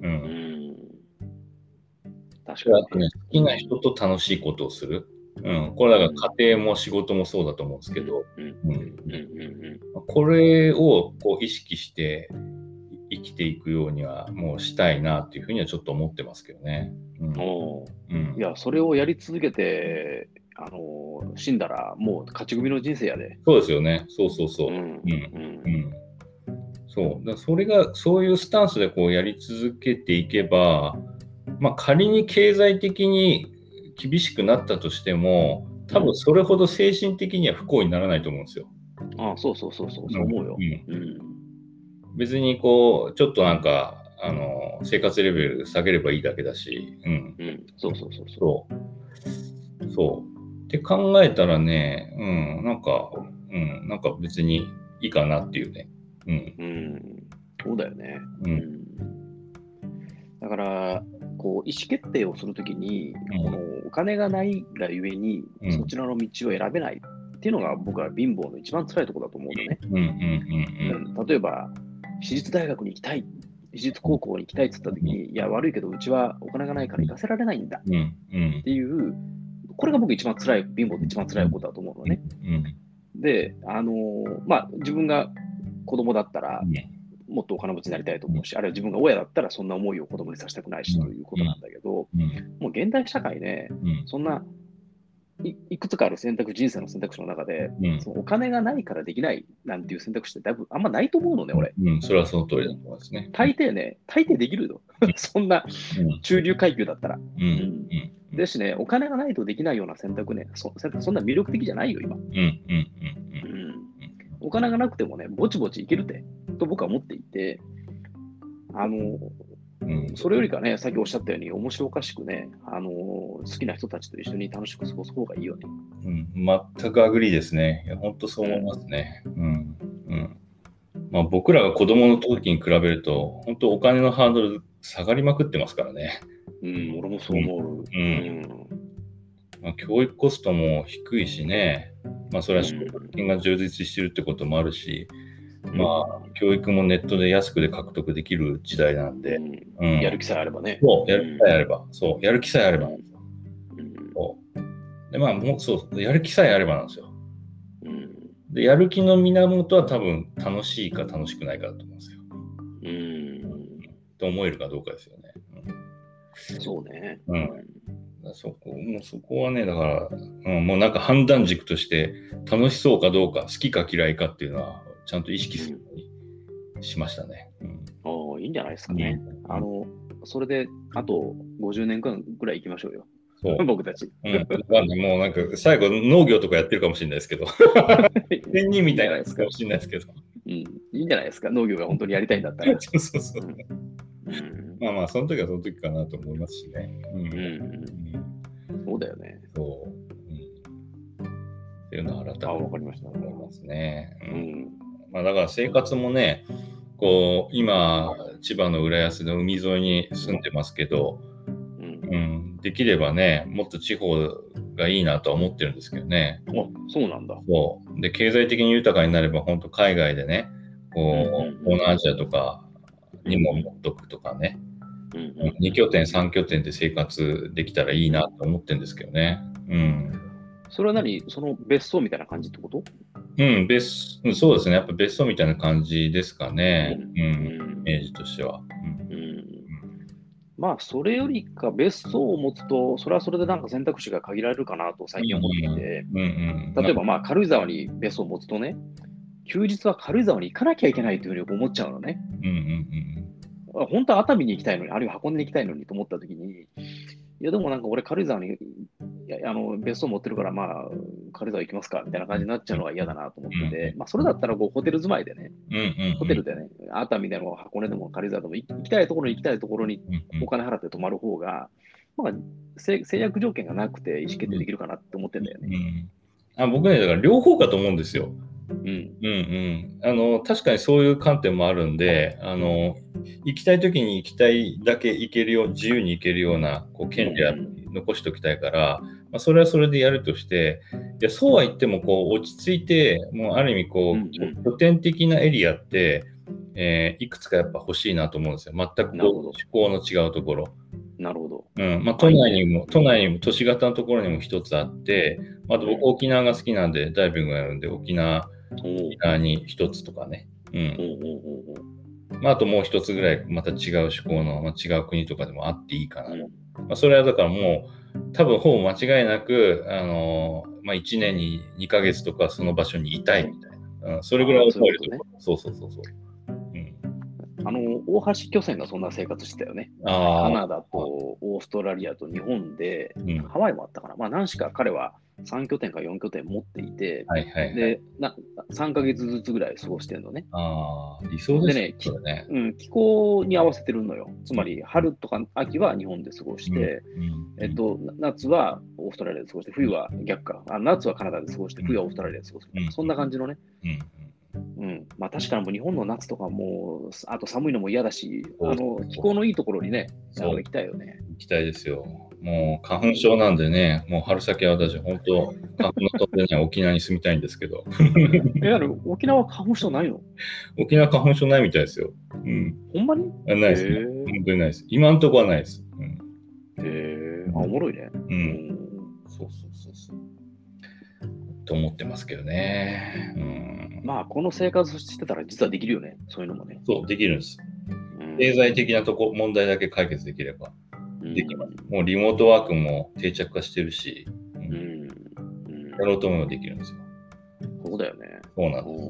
確かにね、好きな人と楽しいことをする。うん、これだから家庭も仕事もそうだと思うんですけど、これをこう意識して生きていくようにはもうしたいなっていうふうにはちょっと思ってますけどね。うん、 おうん、いや、それをやり続けて、あのー、死んだらもう勝ち組の人生やで。 そうですよね。そうそうそう。うんうんうん、そうだそれがそういうスタンスでこうやり続けていけば、まあ、仮に経済的に厳しくなったとしても、多分それほど精神的には不幸にならないと思うんですよ。 ああ、そうそうそうそう、そう思うよ。うんうん、別にこう、ちょっとなんか、あの生活レベル下げればいいだけだし、うん。 うん、そうそうそうそう。そう。って考えたらね、うん、なんか、うん、なんか別にいいかなっていうね。うん。 うん、そうだよね。 うん。うん、 だから、こう意思決定をするときに、うん、このお金がないがゆえに、うん、そちらの道を選べないっていうのが僕は貧乏の一番辛いところだと思うのね。例えば、私立大学に行きたい、私立高校に行きたいって言ったときに、うん、いや、悪いけどうちはお金がないから行かせられないんだっていう、これが僕一番辛い、貧乏で一番辛いことだと思うのね。うん、で、あのー、まあ、自分が子供だったら、もっとお金持ちになりたいと思うし、あるいは自分が親だったらそんな思いを子供にさせたくないしということなんだけど、うん、もう現代社会ね、うん、そんないいくつかある選択、人生の選択肢の中で、うん、そのお金がないからできないなんていう選択肢ってだいぶあんまないと思うのね、俺。 うん、それはその通りだと思いますね。 大抵ね、大抵できるよ。そんな中流階級だったら。うんうんうん、ですしね、お金がないとできないような選択ね、そ, そんな魅力的じゃないよ、今。うんうんうんうんお金がなくてもね、ぼちぼちいけるってと僕は思っていて、あの、うん、それよりかね、さっきおっしゃったように、面白おかしくね、あの好きな人たちと一緒に楽しく過ごす方がいいよね。 うん、全くアグリーですね。いや、本当そう思いますね。うんうんまあ、僕らが子供の時に比べると、本当お金のハードル下がりまくってますからね。 うん、俺もそう思う。うんうんまあ、教育コストも低いしね、まあ、それは奨学金が充実してるってこともあるし、うん、まあ、教育もネットで安くで獲得できる時代なんで、うんうん、やる気さえあればね。 そう、やる気さえあれば、そう、やる気さえあればなんですよ。うん、そうで、まあ、もうそう、やる気さえあればなんですよ。うん、で、やる気の源は多分楽しいか楽しくないかだと思うんですよ。うん。と思えるかどうかですよね。 うん、そうね。 うんそこもうそこはね、だから、うん、もうなんか判断軸として楽しそうかどうか、好きか嫌いかっていうのはちゃんと意識するようにしましたね。うん、 おいいんじゃないですかね。うん、あの、それで、あとごじゅうねんかんぐらい行きましょうよ。そう僕たち。 うん。もうなんか、最後、農業とかやってるかもしれないですけど。仙人みたいなかもしれないですけど。 うん、いいんじゃないですか。農業が本当にやりたいんだったら。 そうそうそう。うんうん、 まあまあ、その時はその時かなと思いますしね。うん。うんうん、そうだよね。 そう。うん、っていうのは改めて思いますね。 うん。 まあ、だから生活もね、こう今、千葉の浦安の海沿いに住んでますけど、うんうん、できればね、もっと地方がいいなとは思ってるんですけどね。 あ、そうなんだ。 そうで経済的に豊かになれば、本当海外でね、こう、うんうんうん、東南アジアとかにも持っとくとかね、うんうんうん、に拠点、さん拠点で生活できたらいいなと思ってるんですけどね。うん。 それは何その別荘みたいな感じってこと？ うん、別、そうですね。やっぱ別荘みたいな感じですかね。うん。うん、イメージとしては。うん。うん、 まあ、それよりか別荘を持つと、それはそれでなんか選択肢が限られるかなと最近思っていて、例えばまあ軽井沢に別荘を持つとね、休日は軽井沢に行かなきゃいけないというふうに思っちゃうのね。うんうんうん、本当は熱海に行きたいのに、あるいは箱根に行きたいのにと思ったときに、いやでもなんか俺軽井沢にあの別荘持ってるから、まあ軽井沢行きますかみたいな感じになっちゃうのは嫌だなと思ってて、うん、まあそれだったらこうホテル住まいでね、うんうんうん、ホテルでね、熱海でも箱根でも軽井沢でも行きたいところに行きたいところにお金払って泊まる方が、まあ、制約条件がなくて意思決定できるかなって思ってんだよね。 うん、あ僕ね、だから両方かと思うんですよ。うんうんうん、あの確かにそういう観点もあるんで、あの行きたいときに行きたいだけ行けるよう、自由に行けるようなこう権利は残しておきたいから、まあ、それはそれでやるとして、いやそうは言ってもこう落ち着いて、もうある意味こう、うんうん、拠点的なエリアって、えー、いくつかやっぱ欲しいなと思うんですよ。全くこう趣向の違うところ。 なるほど。 うんまあ、都内にも、都内にも都市型のところにも一つあって、あと僕沖縄が好きなんで、ダイビングがやるんで、沖縄、沖縄に一つとかね。うん。まあ、あともう一つぐらい、また違う趣向の、まあ、違う国とかでもあっていいかな。うんまあ、それはだからもう、多分ほぼ間違いなく、あのー、まあ、いちねんににかげつとかその場所にいたいみたいな。うん、それぐらい思えるところ。そうそうそうそう。 あの大橋巨船がそんな生活してたよね。カナダとオーストラリアと日本で、うん、ハワイもあったかな。まあ、何しか彼はさん拠点かよん拠点持っていて、はいはいはい、でなさんかげつずつぐらい過ごしてるのね。 あ理想ですね。 でね、うん、気候に合わせてるのよ。つまり、春とか秋は日本で過ごして、うんうん、えっと、夏はオーストラリアで過ごして、冬は逆か。あ夏はカナダで過ごして、冬はオーストラリアで過ごす。うん、そんな感じのね。うんうん、まあ確かにもう日本の夏とかもあと寒いのも嫌だし、あの気候のいいところにね、行きたいよね。 行きたいですよ。もう花粉症なんでね、もう春先は私、本当、花粉の飛んでない沖縄に住みたいんですけど。 え、沖縄花粉症ないの？ 沖縄花粉症ないみたいですよ。うん。 ほんまに？ ないです、ね。本当にないです。今のところはないです。うん、 へえ、あ、おもろいね。 うん。うん、そうそうそうそう。と思ってますけどね。うんまあ、この生活してたら実はできるよね。そういうのもね。 そう、できるんです。うん、経済的なとこ、問題だけ解決できれば。できます。うん、もうリモートワークも定着化してるし、うんうん、やろうと思えばできるんですよ。 そうだよね。 そうなんです。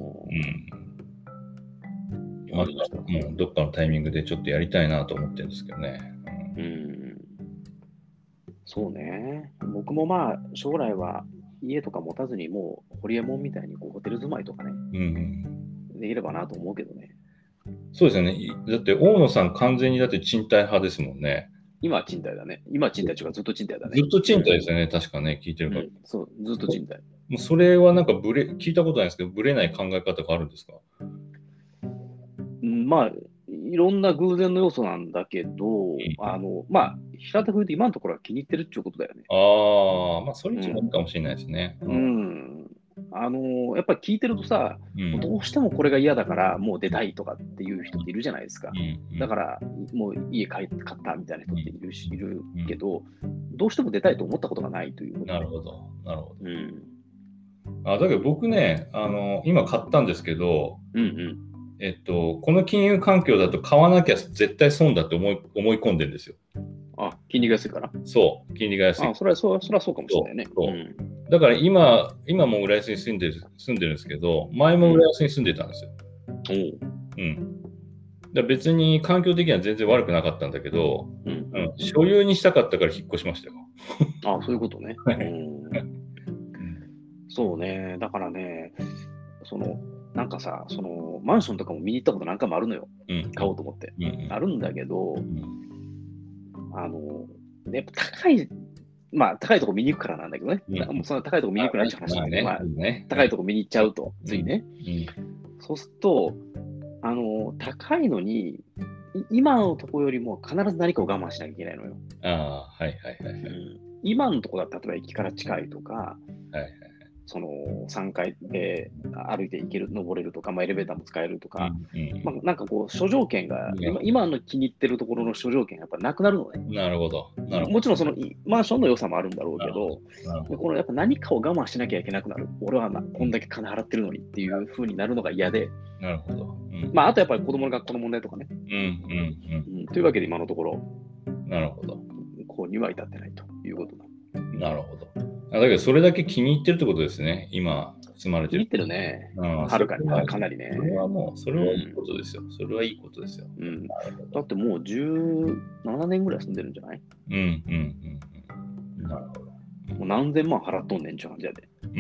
うん。また、もうどっかのタイミングでちょっとやりたいなと思ってるんですけどね。うん。うん、 そうね。僕もまあ、将来は、家とか持たずにもうホリエモンみたいにこうホテル住まいとかね、うんうん、できればなと思うけどね。 そうですよね。だって大野さん完全にだって賃貸派ですもんね。 今は賃貸だね。今は賃貸違う、ずっと賃貸だね。 ずっと賃貸ですよね、うん、確かね、聞いてるから、うん。 そう、ずっと賃貸。 もうそれはなんかブレ、聞いたことないですけど、ブレない考え方があるんですか？ うん、まあ、いろんな偶然の要素なんだけど、うん、あの、まあ、平たく言うと今のところは気に入ってるっていうことだよね。 ああ、まあ、それ一番いいかもしれないですね。 うん。うんあのやっぱり聞いてるとさ、うん、どうしてもこれが嫌だからもう出たいとかっていう人っているじゃないですか。うんうん、だからもう家買ったみたいな人っているし、うん、いるけど、どうしても出たいと思ったことがないということ。 なるほど、なるほど。うん、あだけど僕ね、あの今買ったんですけど、うんうんえっと、この金融環境だと買わなきゃ絶対損だって思い思い込んでるんですよ。 あ、金利が安いから？ そう、金利が安い。 あ、それはそう、それはそうかもしれないね。 そうそううん、だから今、今も浦安に住んでる住んでるんですけど、前も浦安に住んでたんですよ。うん。うんだ別に環境的には全然悪くなかったんだけど、 うん。 うん、所有にしたかったから引っ越しましたよ。 ああ、そういうことね。 はい。 うん。 うん。 そうね。だからね、その、なんかさ、その、マンションとかも見に行ったこと何回もあるのよ。 うん。 買おうと思って。 うん。 あるんだけど、 うん。 あの、やっぱ高い、まあ、高いとこ見に行くからなんだけどね。 うん。 たもうそんな高いとこ見に行くなっまあね、 て話なんだけど、 まあね、 まあ、 うんね。 高いとこ見に行っちゃうと、 うん。 ついね。 うん。 そうすると、あの、高いのに、い今のとこよりも必ず何かを我慢しなきゃいけないのよ。 ああ、はいはいはいはい。 うん、今のところだ例えば駅から近いとか、 はい。 そのさんがいで歩いて行ける、登れるとか、まあ、エレベーターも使えるとか、 うん。うまあ、 ん。 なんかこう、諸条件が、今なるほ今の気に入ってるところの諸条件がやっぱなくなるのね。 ど。なるほど。なるほもちろんそのいマンションの良さもあるんだろうど。なるほけど、 ど。なるほど。 このやっぱ何かを我慢しなきゃいけなくなる。俺はなうん。 こんだけ金払ってるのにっていう風になるのが嫌で、 なるほど。うん。 まあ、あとやっぱり子供の学校の問題とかね。 うん。うん。 うん、というわけで今のところ、 うん。なるほど。 購入は至ってないということだ。 なるほど。あ、だけど、それだけ気に入ってるってことですね。今、住まれてる。 気に入ってるね。 ああ、 はるかに、 それは、 かなりね。 それはもう、それはいいうん。 ことですよ。それはいいことですよ。 うん。 なるほど。 だってもうじゅうななねんぐらい住んでるんじゃない？ うん。うん。うん。うん。なるほど。 もう何千万払っとんねんちゅう感じやで。 うん。うん。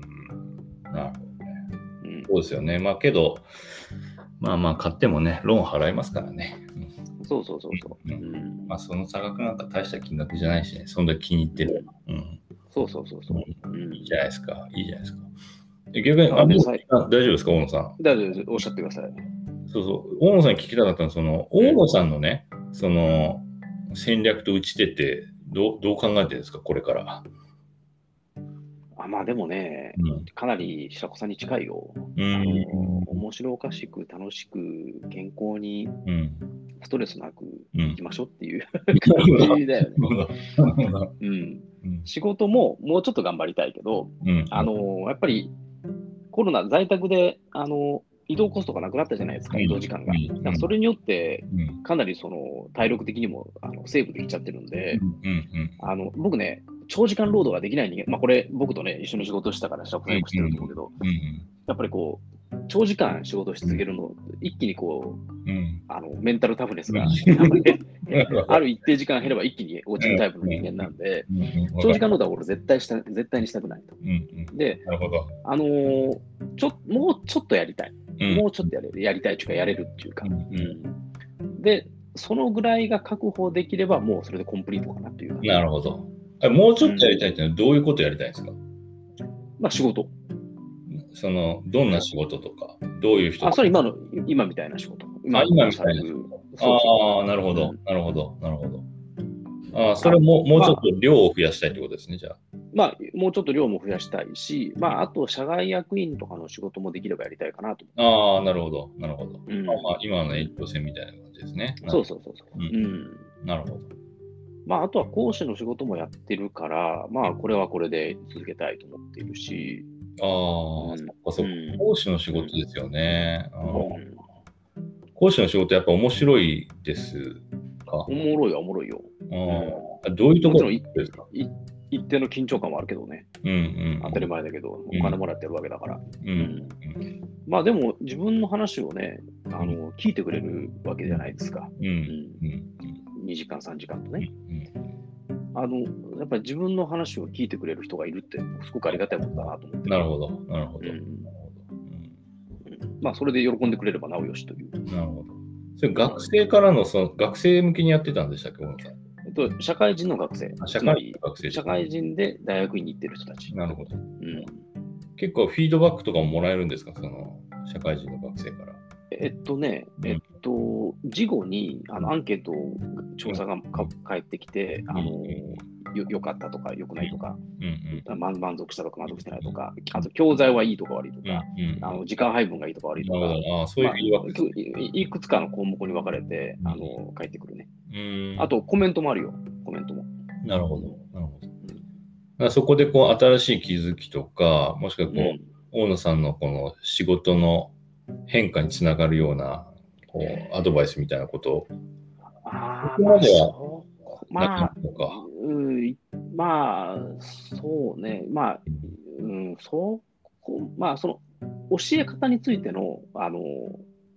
うん。なるほど。 うん。 そうですよね。まあけど、まあまあ買ってもね、ローン払いますからね。 そうそうそうそうん。うう。うん。 まあその差額なんか大した金額じゃないしね、そんだけ気に入ってる。うん。 そうそうそううん。 そう。うん。 いいじゃないですか。いいじゃないですか。え逆に、あ、 なんで、 もうさい、 あ大丈夫ですか、大野さん。 だいおっしゃってください。 そうそう、大野さんに聞きたかったのは、その、大野さんのね、その、戦略と打ち手って、どう、どう考えてるんですか、これから。 あ、まあでもね、 うん。 かなり白子さんに近いよ。 うあの、 ん。 面白おかしく、楽しく、健康に、 うん。 ストレスなくうん。 生きましょうっていう感じだよね。 なるほど。 うん。 うん。 仕事ももうちょっと頑張りたいけど、 うん。 あの、やっぱりコロナ在宅で、あの、移動コストがなくなったじゃないですか、移動時間が。だからそれによって、 うん。 かなりその体力的にもあのセーブできちゃってるんで、 うん。うん。 あの僕ね、長時間労働ができない人間、まあこれ僕とね、一緒に仕事したから白子さんよく知ってると思うけど、 うん。 やっぱりこう、長時間仕事し続けるの、一気にこう、 うん。 あのメンタルタフネスうん。 があのねある一定時間減れば一気に落ちるタイプの人間なんで、 うん。わかる。 長時間労働は俺絶対した、絶対にしたくないと。 うん。 で、 なるほど。 あのーちょ、もうちょっとやりたい。 うん。 もうちょっとやれる。やりたいっていうか、やれるっていうか。 うん。 うん、で、そのぐらいが確保できれば、もうそれでコンプリートかなっていう感じ。 なるほど。あ、もうちょっとやりたいっていうのはどういうことやりたいんですか？ まあ仕事。 その、どんな仕事とか、どういう人あ、 とか。 それ今の、今みたいな仕事。 あ、 今の今みコンサル。 たいな仕事。 そうそああ、なるほう。うど、 ん、 なるほど、なるほど。ああ、そあ、 れも、もうちょっとまあ、 量を増やしたいってことですね、じゃあ。 まあ、もうちょっと量も増やしたいし、まあ、あと、社外役員とかの仕事もできればやりたいかなと思ああ、なるほど、なるほど。 う。うん。 まあまあ、今のうん、 延長線みたいな感じですね。なそうそうそうそう。 ううん。 ん、なるほど。 まあ、あとは講師の仕事もやってるから、まあ、これはこれで続けたいと思っているし、 ああ、 うん、 そっかそっか。 うん、 講師の仕うん、 事ですよね。あうーん。 講師の仕事やっぱ面白いですか？ おもろいはおもろいよ。 あうん。 ーどういうところもちろんいですか？ い、一定の緊張感はあるけどね。 うんうん当たり前だけど、 うんお金もらってるわけだから。 うんううん。 んまあでも、自分の話をね、あうんの、聞いてくれるわけじゃないですか。 うんううん。 んにじかん、さんじかんとうんね。 うんあの、やっぱり自分の話を聞いてくれる人がいるって、すごくありがたいことだなと思ってる。 なるほど、なるほど。 うん。 なるほど。 うん、まあ、それで喜んでくれればなおよしという。 うんなるほど。それ学生からの、その学生向けにやってたんでしたっけ、小野さん。 えっと、社会人の学生、 あ社会つまり人の学生社会人で大学院に行ってる人たち。 なるほど。 うん、 結構フィードバックとかももらえるんですか、その社会人の学生から。 えっとね、 うんえっと、事後にあのアンケート、調査がか返ってきて、あのよ、よかったとか、よくないとか、 うんうん満満足したとか、満足してないとか、あと教材はいいとか悪いとか、 うんうんあの時間配分がいいとか悪いとか、 なるほど。ああ、そういうまあ、 フィードバックですね。 いいくつかの項目に分かれて、 うんあの返ってくるね。 うーんあと、コメントもあるよ、コメントも。 なるほど。なるほど。だからそこでこう新しい気づきとか、もしくはこう、 うん、 大野さんのこの仕事の変化につながるようなこうアドバイスみたいなことを、 ああ、まあ、 ここまではそう、 なまあ、 いのか。 うん、まあ、そうね、まあ、うん、そうこ、まあ、その、教え方についての、あの、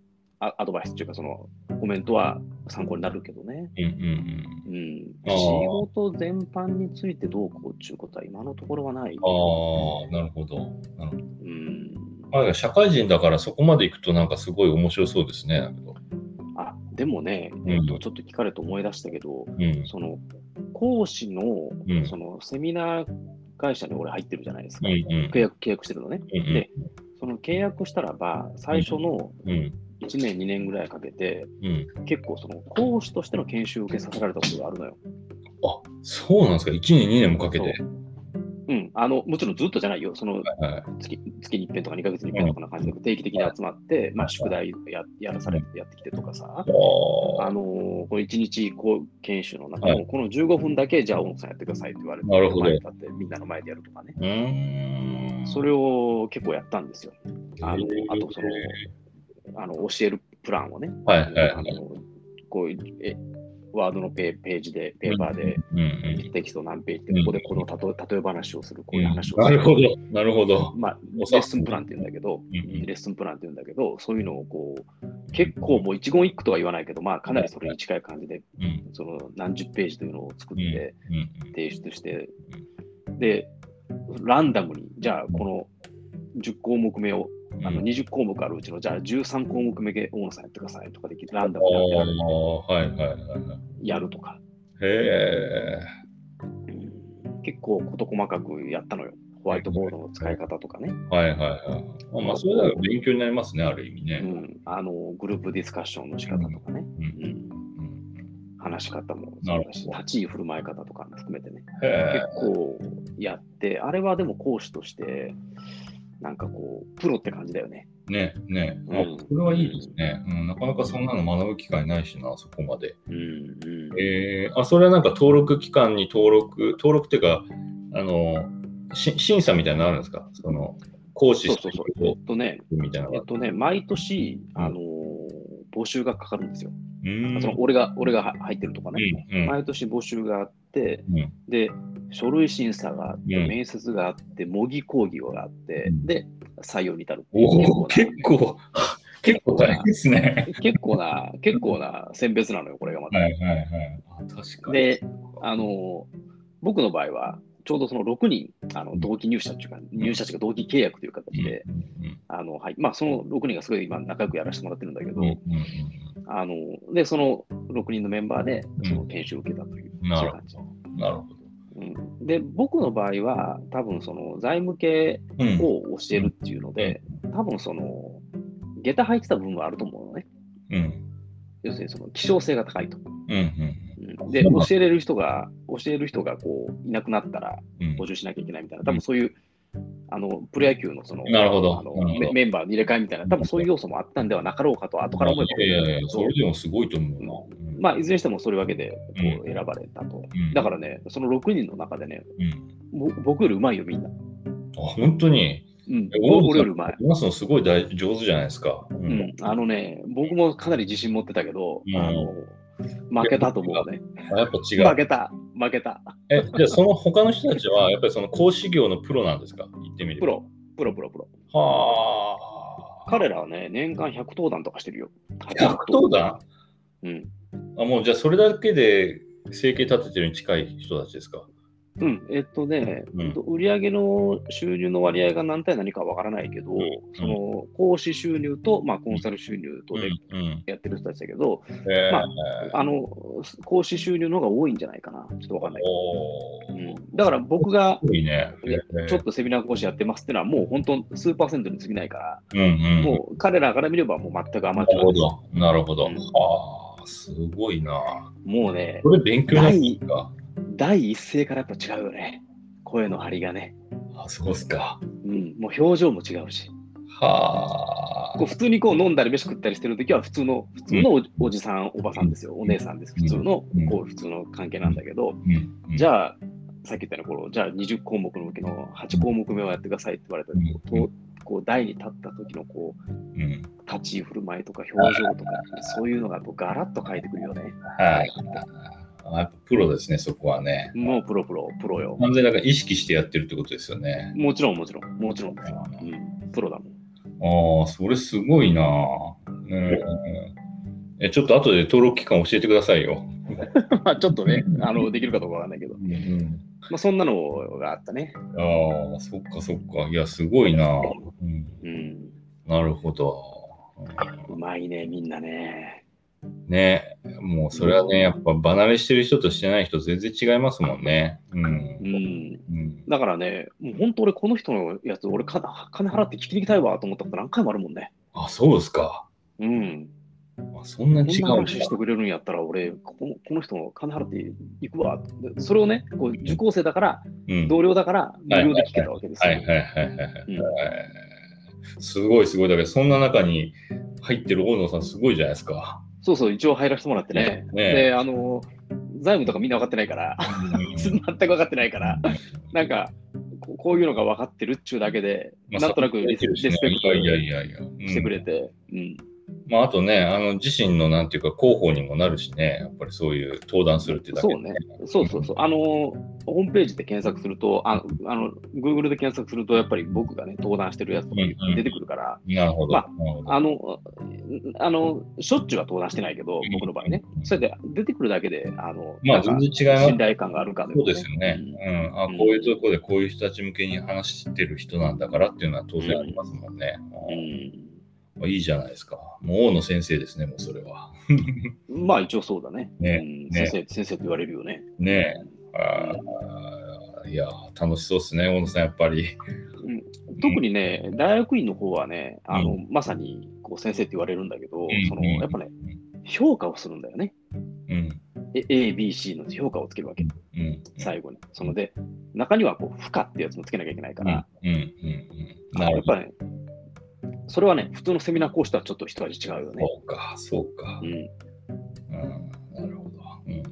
アアドバイスっていうか、そのコメントは参考になるけどね。 うんうんうん。 あー仕事全般についてどうこうっていうことは今のところはない。 うん。ああ、なるほど。なるほど。 うん。 まあ、社会人だからそこまで行くとなんかすごい面白そうですね。だけどあ、でもね、 んえっと、ちょっと聞かれて思い出したけど、 うん。 その講師の、 うんそのセミナー会社に俺入ってるじゃないですか。 うんうん契約、契約してるのね。 うんうんで、その契約したらば、最初のうんいちねん、にねんぐらいかけて、 うん。 結構その講師としての研修を受けさせられたことがあるのよ。 あ、そうなんですか。いちねん、にねんもかけて。 うん。あの、もちろんずっとじゃないよ。そのはい。 月月にいっぺんとかにかげつにいっぺんとかな感じで定期的に集まって、まあ、宿題ややらされてやってきてとかさ、 ああのーこのいちにちこう研修の中の、 はいこのじゅうごふんだけ、じゃあ、大野さんやってくださいって言われて、 なるほど前に立ってみんなの前でやるとかね。 うーん。 それを結構やったんですよ。あの、あとその、あの教えるプランをね、 はいはいはいあのこういうえワードのペページで、ペーパーで、 うんうんテキスト何ページで、 うんここでこの例え例え話をする、こういう話をなする。 るほど、なるほど。 まあ、 おレッスンプランって言うんだけど、 うんうんレッスンプランって言うんだけど、そういうのをこう、結構もう一言一句とは言わないけど、まあかなりそれに近い感じで、 うんその何十ページというのを作ってうん提出して、で、ランダムに、じゃあこのじゅっこうもくめを、あのにじゅっこうもくあるうちの、じゃあじゅうさんこうもくめで大野さんやってくださいとかできて、ランダムにやられてああ、はいはいはいはい。 やるとか、 へえ。 うん結構事細かくやったのよ。ホワイトボードの使い方とかね。 はいはいはい。あまあ、それだと勉強になりますね、ある意味ね。 うん、あのグループディスカッションの仕方とかね。 うんうんうん話し方もなるほどそうだし、立ち居振る舞い方とかも含めてね、 へ結構やって、あれはでも講師として、なんかこう、プロって感じだよね。 え。ねねあうんそれはいいですね、うん。なかなかそんなの学ぶ機会ないしな、そこまで。 うんうんえー、あ、それはなんか登録機関に登録、登録っていうか、あの、し審査みたいなのあるんですかその、講師そうそうそう。えっとね、 みたいなのが。 えっとね、毎年、あのー募集がかかるんですよ。 うーん。 その俺が俺がは入ってるとかね、 うんうん毎年募集があって、 うんで、書類審査があって、 うん面接があって、模擬講義があって、 うんで、採用に至るっていうおお、結構、結構大変ですね。 結構な、結構な選別なのよ、これがまた。 はいはいはい。あ確かに。 で、あの、僕の場合は、ちょうどそのろくにん、あの同期入社というか、入社者が同期契約という形で、 うんあの、はい、まあ、そのろくにんがすごい今仲良くやらせてもらってるんだけど、 うんうんあの、で、そのろくにんのメンバーで、 うんその研修を受けたという、 うんなるほそういう感じ。 ど。なるほど。 うん、で、僕の場合は、多分その財務系うんを教えるっていうので、多分その、下駄履いてた部分はあると思うのね。 うん要するにその希少性が高いと。 うんうんうんで、教えれる人が、教える人がこういなくなったらうん募集しなきゃいけないみたいな、多分そういう、あのプロ野球のそのなるほどあのなるほどメメンバーの入れ替えみたいな、多分そういう要素もあったんではなかろうかと、後から思えばいやいやいや、 思それでもすごいと思うな。うんまあ、いずれにしてもそれわけでこうう選ばれたと。 うんだからね、そのろくにんの中でね、 うんぼ僕よりうまいよ、みんな。 あ、本当に。 うんえ、 俺よりうまい。 話すのすごい大上手じゃないですか。うう。ん、あのね、僕もかなり自信持ってたけど、 うんあの負けたと思うね。 あやっぱ違う。 負けた、負けた。 え、じゃあその他の人たちは、やっぱりその講師業のプロなんですか言ってみるプロ、プロ、プロ、プロ。 はあ。 彼らはね、年間ひゃく登壇とかしてるよ。 ひゃく登壇うん。 あ、もうじゃあそれだけで生計立ててるに近い人たちですかうん、えっとね、 うん売上の収入の割合が何対何かわからないけど、 んその講師収入と、まあ、コンサル収入とでうんうんやってる人たちだけど、 えーまあの講師収入の方が多いんじゃないかな、ちょっとわかんないけど。 おーうん、だから僕がすごいね。 いやえーちょっとセミナー講師やってますってのは、もう本当数パーセントに過ぎないから、 うんうん。 もう彼らから見ればもう全くアマなチュアです。 るほど。なるほど。 うんああ、すごいな。 もうねこ、れ勉強になるんですか第一声からやっぱ違うよね。声の張りがね。 あ、そうですか。 うん、もう表情も違うし。 はあ。 こう普通にこう飲んだり飯食ったりしてるときは普通の普通のお,、おじさん、おばさんですよ。お姉さんです。普通の、 うんこう普通の関係なんだけど、 うんうん、 じゃあ、さっき言ったようにこの、じゃあにじゅっこうもくのうちのはちこうもくめをやってくださいって言われた時、 うんこうこう台に立った時のこううん。 立ち居振る舞いとか表情とか、そういうのがこうガラッと変えてくるよね。 はい。あやっぱプロですね、そこはね。 もうプロプロ、プロよ。 完全になんか意識してやってるってことですよね。 もちろんもちろん、もちろんですよ。うん、プロだもん。 ああ、それすごいな。 うんえちょっと後で登録期間教えてくださいよ。 まあちょっとね、あの、できるかどうかわかんないけど。 うんうんまあそんなのがあったね。 ああ、そっかそっか。いや、すごいな。うん、 うん。 なるほど。 うまいね、みんなね。 ね、もうそれはね、やっぱ離れしてる人としてない人全然違いますもんね。うん。 うん。 うん、 だからね、もう本当俺この人のやつ、俺か金払って聞きに行きたいわと思ったこと何回もあるもんね。 あ、そうですか。 うん。 あそんなに違こんなうんだ。 話してくれるんやったら、俺、このこの人の金払って行くわ。でそれをね、こう受講生だから、 うん同僚だから、無料で聞けたわけですよ。 はいはいはいはいはい。 うんすごいすごい。だけど、そんな中に入ってる大野さんすごいじゃないですか。 そうそう、一応入らせてもらってね。 ねで、あの、財務とかみんな分かってないから、全く分かってないから、なんか、こうこういうのが分かってるっちゅうだけで、 まあなんとなくリスリスペクトいやいやいやいや。うんしてくれて、うん。 まあ、あとね、あの自身のなんていうか広報にもなるしね、やっぱりそういう登壇するっていうだけでそうね。そうそうそう。あの、ホームページで検索すると、ああの、Google で検索すると、やっぱり僕がね、登壇してるやつとか出てくるから、 なるほど。 まあなるほどあの、あの、しょっちゅうは登壇してないけど、僕の場合ね。それで出てくるだけで、あの、 まあなんか全然違います信頼感があるかそうですよね。うん。あ、 うんこういうところでこういう人たち向けに話してる人なんだからっていうのは当然ありますもんね。 うんまあいいじゃないですか。もう大野先生ですね、もうそれは。 まあ一応そうだね。 ねうんね先生、先生と言われるよね。 ねえ。あーいや、楽しそうですね、大野さん、やっぱり。 うん特にね、大学院の方はね、あの、 うまさにこう先生って言われるんだけど、 んそのやっぱね、評価をするんだよね。 うん。 え A、B、C の評価をつけるわけ。 うん。 最後に。そので、中にはこう負荷ってやつもつけなきゃいけないから、 うん。うん。うん。なるほど。 やっぱね、それはね、普通のセミナー講師とはちょっと一味違うよね。 そうか、そうか。 うん。 うん。なるほど。うん。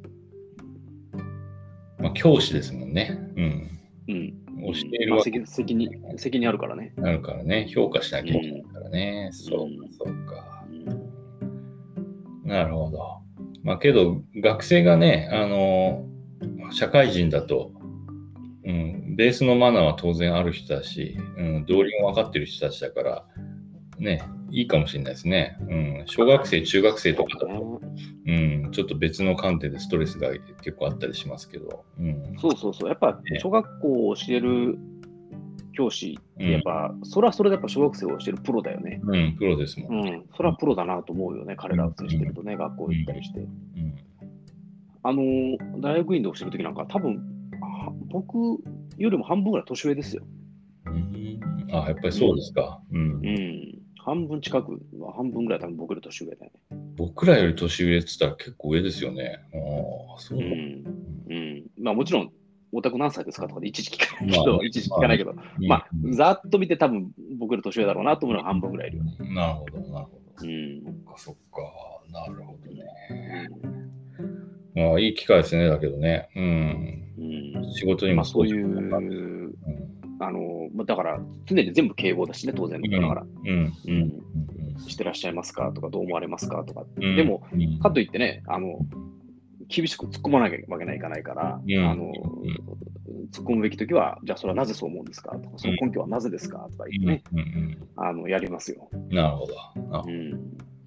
まあ、教師ですもんね。うん。 うん。 教えるまあ、 わけ責責任責任あるからね。 なるからね、評価しなきゃいけないからね。 んそうか、 うんそうか。 うんなるほど。まあけど、学生がね、あの、社会人だと、うん、ベースのマナーは当然ある人だし、うん、道理も分かってる人たちだから、ね、いいかもしれないですね。うん、小学生、中学生とかだと、うん、ちょっと別の観点でストレスが結構あったりしますけど。うん、 そうそうそう。やっぱね小学校を教える教師ってやっぱ、それはそれでやっぱ小学生を教えるプロだよね。 うん、プロですも。 うんん。それはプロだなと思うよね。彼らを接してるとね、学校行ったりして。 うん、 あのー、大学院で教えるときなんか多分、あ僕よりも半分ぐらい年上ですよ。 うんあ、やっぱりそうですか。うんうん。半分近く、半分ぐらい多分僕より年上だよね。 僕らより年上って言ったら結構上ですよね。ああ、そうう。 ん。うん。まあもちろん、お宅何歳ですかとかで一時聞かないけまあど、一時聞かないけど、まあ、 うんざっと見て多分僕より年上だろうなと思うのは半分ぐらいいるよね。 なるほど、なるほど。 うん。 そっか、そっか。なるほどね。まあ、いい機会ですね、だけどね。うん。 うん。 仕事にもまあそういじう、 うんあの、まあだから常に全部敬語だしね、当然のことながら。 うん。うん。 うん。してらっしゃいますかとか、どう思われますかとか。 うんでも、 うんかといってね、あの、厳しく突っ込まなきゃわけにはいかないから、 うんあの、突っ込むべきときは、じゃあそれはなぜそう思うんですかとか、その根拠はなぜですかとか言ってね、 うんうんあの、やりますよ。 うんなるほど。あうん。 い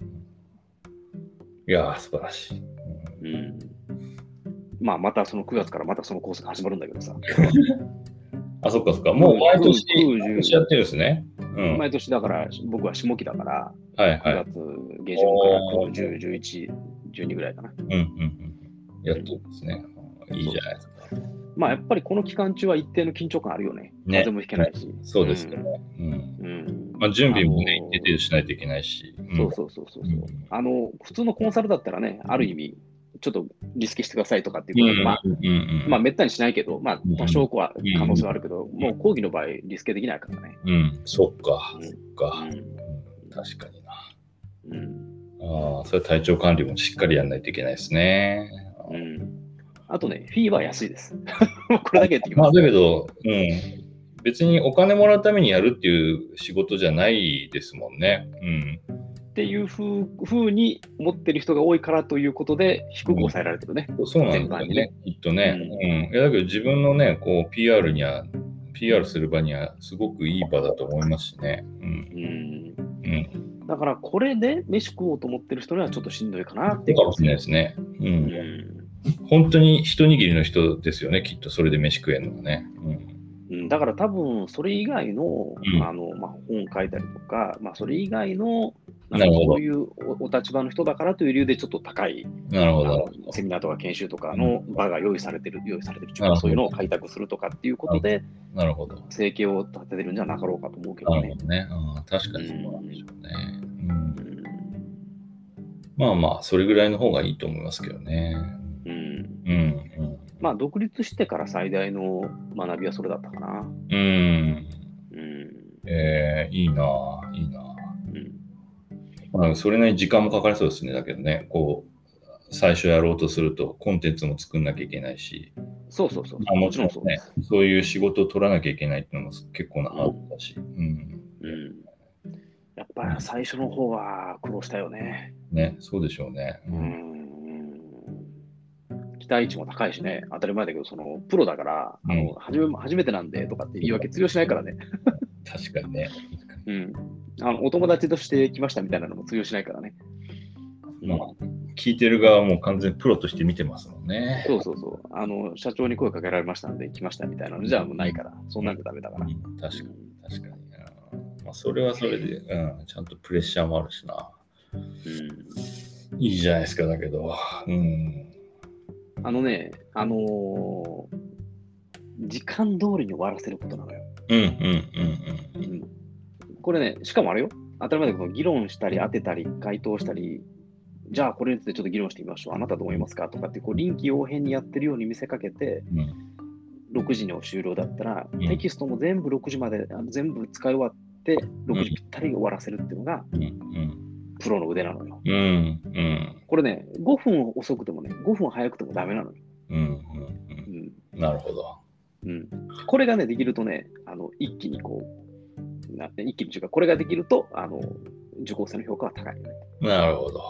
やー、素晴らしい。 うん。まあ、またそのくがつからまたそのコースが始まるんだけどさ。 あ、そっかそっか。もう毎年、 くじゅう毎年やってるんですね。うん。 毎年だから、僕は下期だから、 はい 9 はい。 月下旬からくじゅう、じゅういち、じゅうにぐらいかな。 うんうんうん。やってるんですね。いいじゃないですか。 まあ、やっぱりこの期間中は一定の緊張感あるよね。 ね風邪もひけないし。 そうですよね。うん。 うん。 まあ、準備もね、 あのー一定程度しないといけないし。んそうそうそうそうそう、 うんあの、普通のコンサルだったらね、ある意味、ちょっとリスケしてくださいとかっていうことで、まあ、 うんうんまあ、めったにしないけど、まあうん、 多少は可能性はあるけど、もう講義の場合、リスケできないからね。 うん、そっか、 うんそっか、 うんうん確かにな。 うんああ、それ体調管理もしっかりやらないといけないですね。 うん、あとね、フィーは安いです。これだけ言ってきます。 まあ、だけど、うん、別にお金もらうためにやるっていう仕事じゃないですもんね。うん。 っていうふうふうに思ってる人が多いからということで、低く抑えられてるね。 そうなんですよね全般にね、 きっとね。うん。いやだけど自分のね、こう、ピーアール には、ピーアール する場にはすごくいい場だと思いますしね。うん。 うんうん。 だからこれで飯食おうと思ってる人にはちょっとしんどいかなってそうかもしれないですね。うん。 うん、 本当に一握りの人ですよね、きっとそれで飯食えるのはね。 うん、だから多分それ以外の、 うんあのまあ、本書いたりとか、まあ、それ以外のななんるほどかそういうお、お立場の人だからという理由でちょっと高いなるほど。 あのセミナーとか研修とかの場が用意されてる、用意されてるっていうか、 なるほどそういうのを開拓するとかっていうことで、 なるほど。 生計を立ててるんじゃなかろうかと思うけどねなるほ。どね。うん、確かにそうなんでしょうね。うんうんまあまあ、それぐらいの方がいいと思いますけどね。 うんうんうんまあ、独立してから最大の学びはそれだったかな。 うん。 うんえー、いいなぁ、いいなぁ。 うんまあ、それなりに時間もかかりそうですね。だけどね、こう、最初やろうとすると、コンテンツも作んなきゃいけないし、 そうそうそうまあ、 ももちろんねちろんそうです。、 そういう仕事を取らなきゃいけないっていうのも結構なハードだし、うん。 うんやっぱり最初の方は苦労したよね。 ね、そうでしょうね。 ううんん期待値も高いしね、当たり前だけど、そのプロだから、 うんあの初め初めてなんでとかって言い訳通用しないからね。 確かにね。 うん、あのお友達として来ましたみたいなのも通用しないからね。 まあ、聞いてる側はもう完全にプロとして見てますもんね。 そうそうそうあの。社長に声かけられましたんで来ましたみたいなのじゃもうないから、そんなんでダメだから。 うん確かに、確かに。うんまあ、それはそれで、うん、ちゃんとプレッシャーもあるしな。 うん、 いいじゃないですか、だけど。うん。 あのね、あのー時間通りに終わらせることなのよ。 うんうんうんうん、これね、しかもあれよ、当たり前だけど、議論したり当てたり回答したり、じゃあこれについてちょっと議論してみましょう。あなたどう思いますかとかって、こう臨機応変にやってるように見せかけて、 うん。うんろくじの終了だったら、 うんテキストも全部ろくじまで、あの全部使い終わって、ろくじぴったり終わらせるっていうのが、 うんプロの腕なのよ。 うんうんこれね、ごふん遅くてもね、ごふん早くてもダメなのよ。 うんうんうんうん。なるほど。 うん、これがね、できるとね、あの一気にこう、な一気にというか、これができると、あの受講生の評価は高いよね。 なるほど。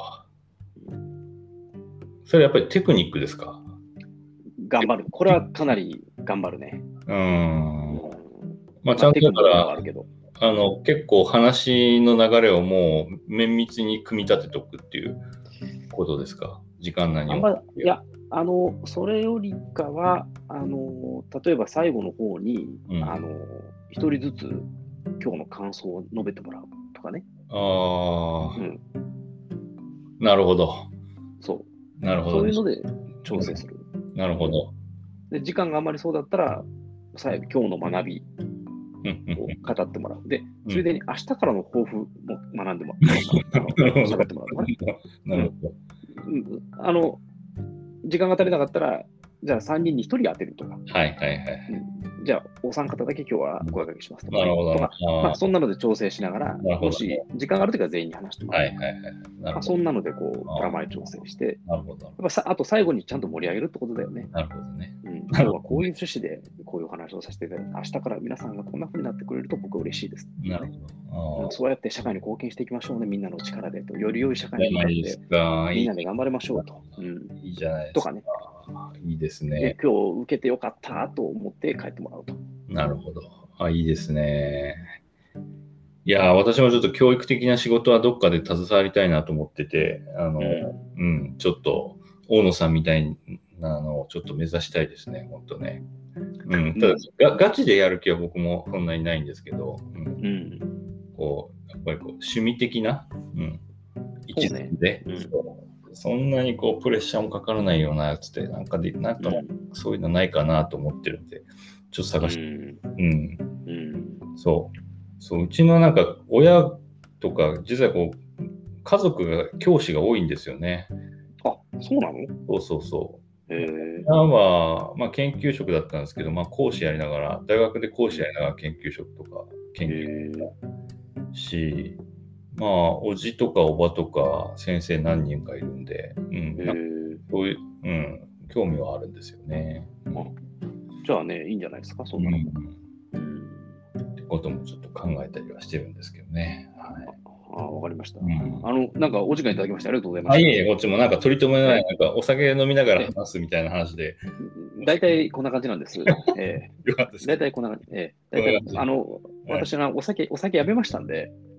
それやっぱりテクニックですか？ 頑張る。これはかなり頑張るね。 う。 うんんまあ、ちゃんとだかテクニックはあらる、けど。 あの、結構話の流れをもう綿密に組み立てておくっていうことですか？時間内に。 あんま、いや、あの、それよりかは、あの、例えば最後の方に、 うんあの、一人ずつ今日の感想を述べてもらうとかね。 ああ、 うん、 なるほど。 そう。 なるほどねそういうので調整する。 なるほど。 で、時間があんまりそうだったら、最後、今日の学びうんうんを語ってもらう。で、 うんついでに明日からの抱負も学んでもらう。あのなるほど喋ってもらうとかね。 なるほど。 うんあの、時間が足りなかったら、じゃあさんにんにひとり当てるとか、 はいはいはい。 じゃあお三方だけ今日はお声掛けしますとか、 なるほど。 とかあーまあ、そんなので調整しながら、 なるほどもし時間があるときは全員に話してもらう。 はいはいはい。なるまあ、 ほど。 そんなのでこう、 あープラマイ調整して、 なるほど。 やっぱさあと最後にちゃんと盛り上げるってことだよね。 なるほどね。 うん、今日はこういう趣旨でこういうお話をさせていただいて、明日から皆さんがこんな風になってくれると僕は嬉しいです。 なるほど。ああ。 そうやって社会に貢献していきましょうね、みんなの力でと。より良い社会に向かっじゃないですて、 か。いいみんなで頑張りましょうと。うん、 いいじゃないですか。 とかね。 いいですでね。 今日受けてよかったと思って帰ってもらうと。 なるほど。あ、いいですね。いやー、私もちょっと教育的な仕事はどっかで携わりたいなと思ってて、あの、 ううん、ちょっと、大野さんみたいなのをちょっと目指したいですね、本当ね。うん、ただ、がガチでやる気は僕もそんなにないんですけど、うんうん。 こう、やっぱりこう趣味的な、うん、位置づけで、 うんそうそんなにこうプレッシャーもかからないようなやつで、なんかで、なんかそういうのないかなと思ってるんで、ちょっと探して、 うんうん、 うんそう。そう、うちのなんか親とか、実はこう、家族が教師が多いんですよね。 あ、そうなの？ そうそうそう。 へえ。 親は、まあ、研究職だったんですけど、まあ、講師やりながら、大学で講師やりながら研究職とか研究へえ。 し、まあ、おじとかおばとか先生何人かいるんで、うん、 へなんかえ。 そういう、うん、興味はあるんですよね。うんあじゃあね、いいんじゃないですか、そんなの。 うんうんってこともちょっと考えたりはしてるんですけどね。はい。 あ、わかりました。 うんあの、なんかお時間いただきましてありがとうございまあ、 した。 いえいえ、こっちもなんか取り留めのない、なんかお酒飲みながら話すみたいな話で、 大体こんな感じなんです。ええよかったです。 大体こんな感じ。ええ大体こんな感じあの、私はお酒、お酒やめましたんで、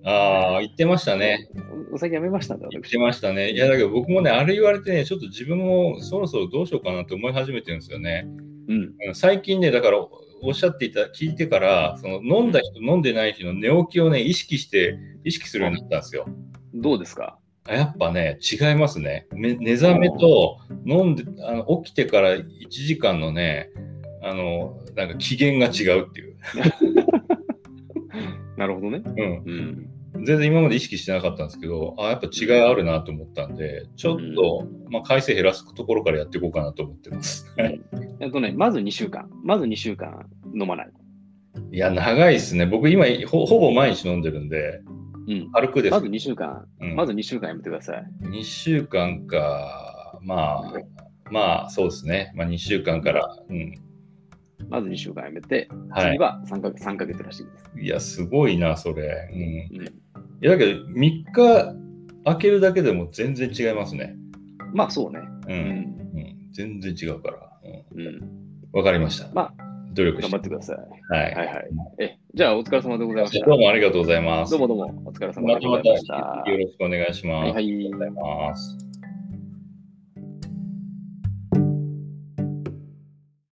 ああ、言ってましたね。 お、お酒やめましたんで、私。 言ってましたね。いや、だけど僕もね、あれ言われてね、ちょっと自分もそろそろどうしようかなって思い始めてるんですよね。 うん。 うん最近ね、だからおっしゃっていた、聞いてから、その飲んだ人、飲んでない人の寝起きをね、意識して、意識するようになったんですよ。 どうですか？ あやっぱね、違いますね。め寝覚めと飲んであの、起きてからいちじかんのね、あの、なんか機嫌が違うっていう。 なるほどね。 うん。 うん。 全然今まで意識してなかったんですけど、あやっぱ違いあるなと思ったんで、ちょっと、まあ、回数減らすところからやっていこうかなと思ってます。 えっとね、まずにしゅうかん。まずにしゅうかん飲まない。 いや、長いですね。僕今ほ、ほぼ毎日飲んでるんで、 うん。 軽くですまずにしゅうかん、 うんまずにしゅうかんやめてください。 にしゅうかんか、まあ、まあ、そうですね。まあ、にしゅうかんから、うん。 まずにしゅうかんやめて、 はい次はさんかげつ、さんかげつらしいです。 いや、すごいな、それ。うん。いうん。 や、だけど、みっか空けるだけでも全然違いますね。 まあそうね。 うん。 うん。 うん、全然違うから。うん。 うん。 わかりました。 まあ、 努力して。 頑張ってください。 はい。 はいはい。え、じゃあお疲れ様でございました。 どうもありがとうございます。 どうもどうもお疲れ様またまたでございました。 よろしくお願いします。 はいはいありがとうございます。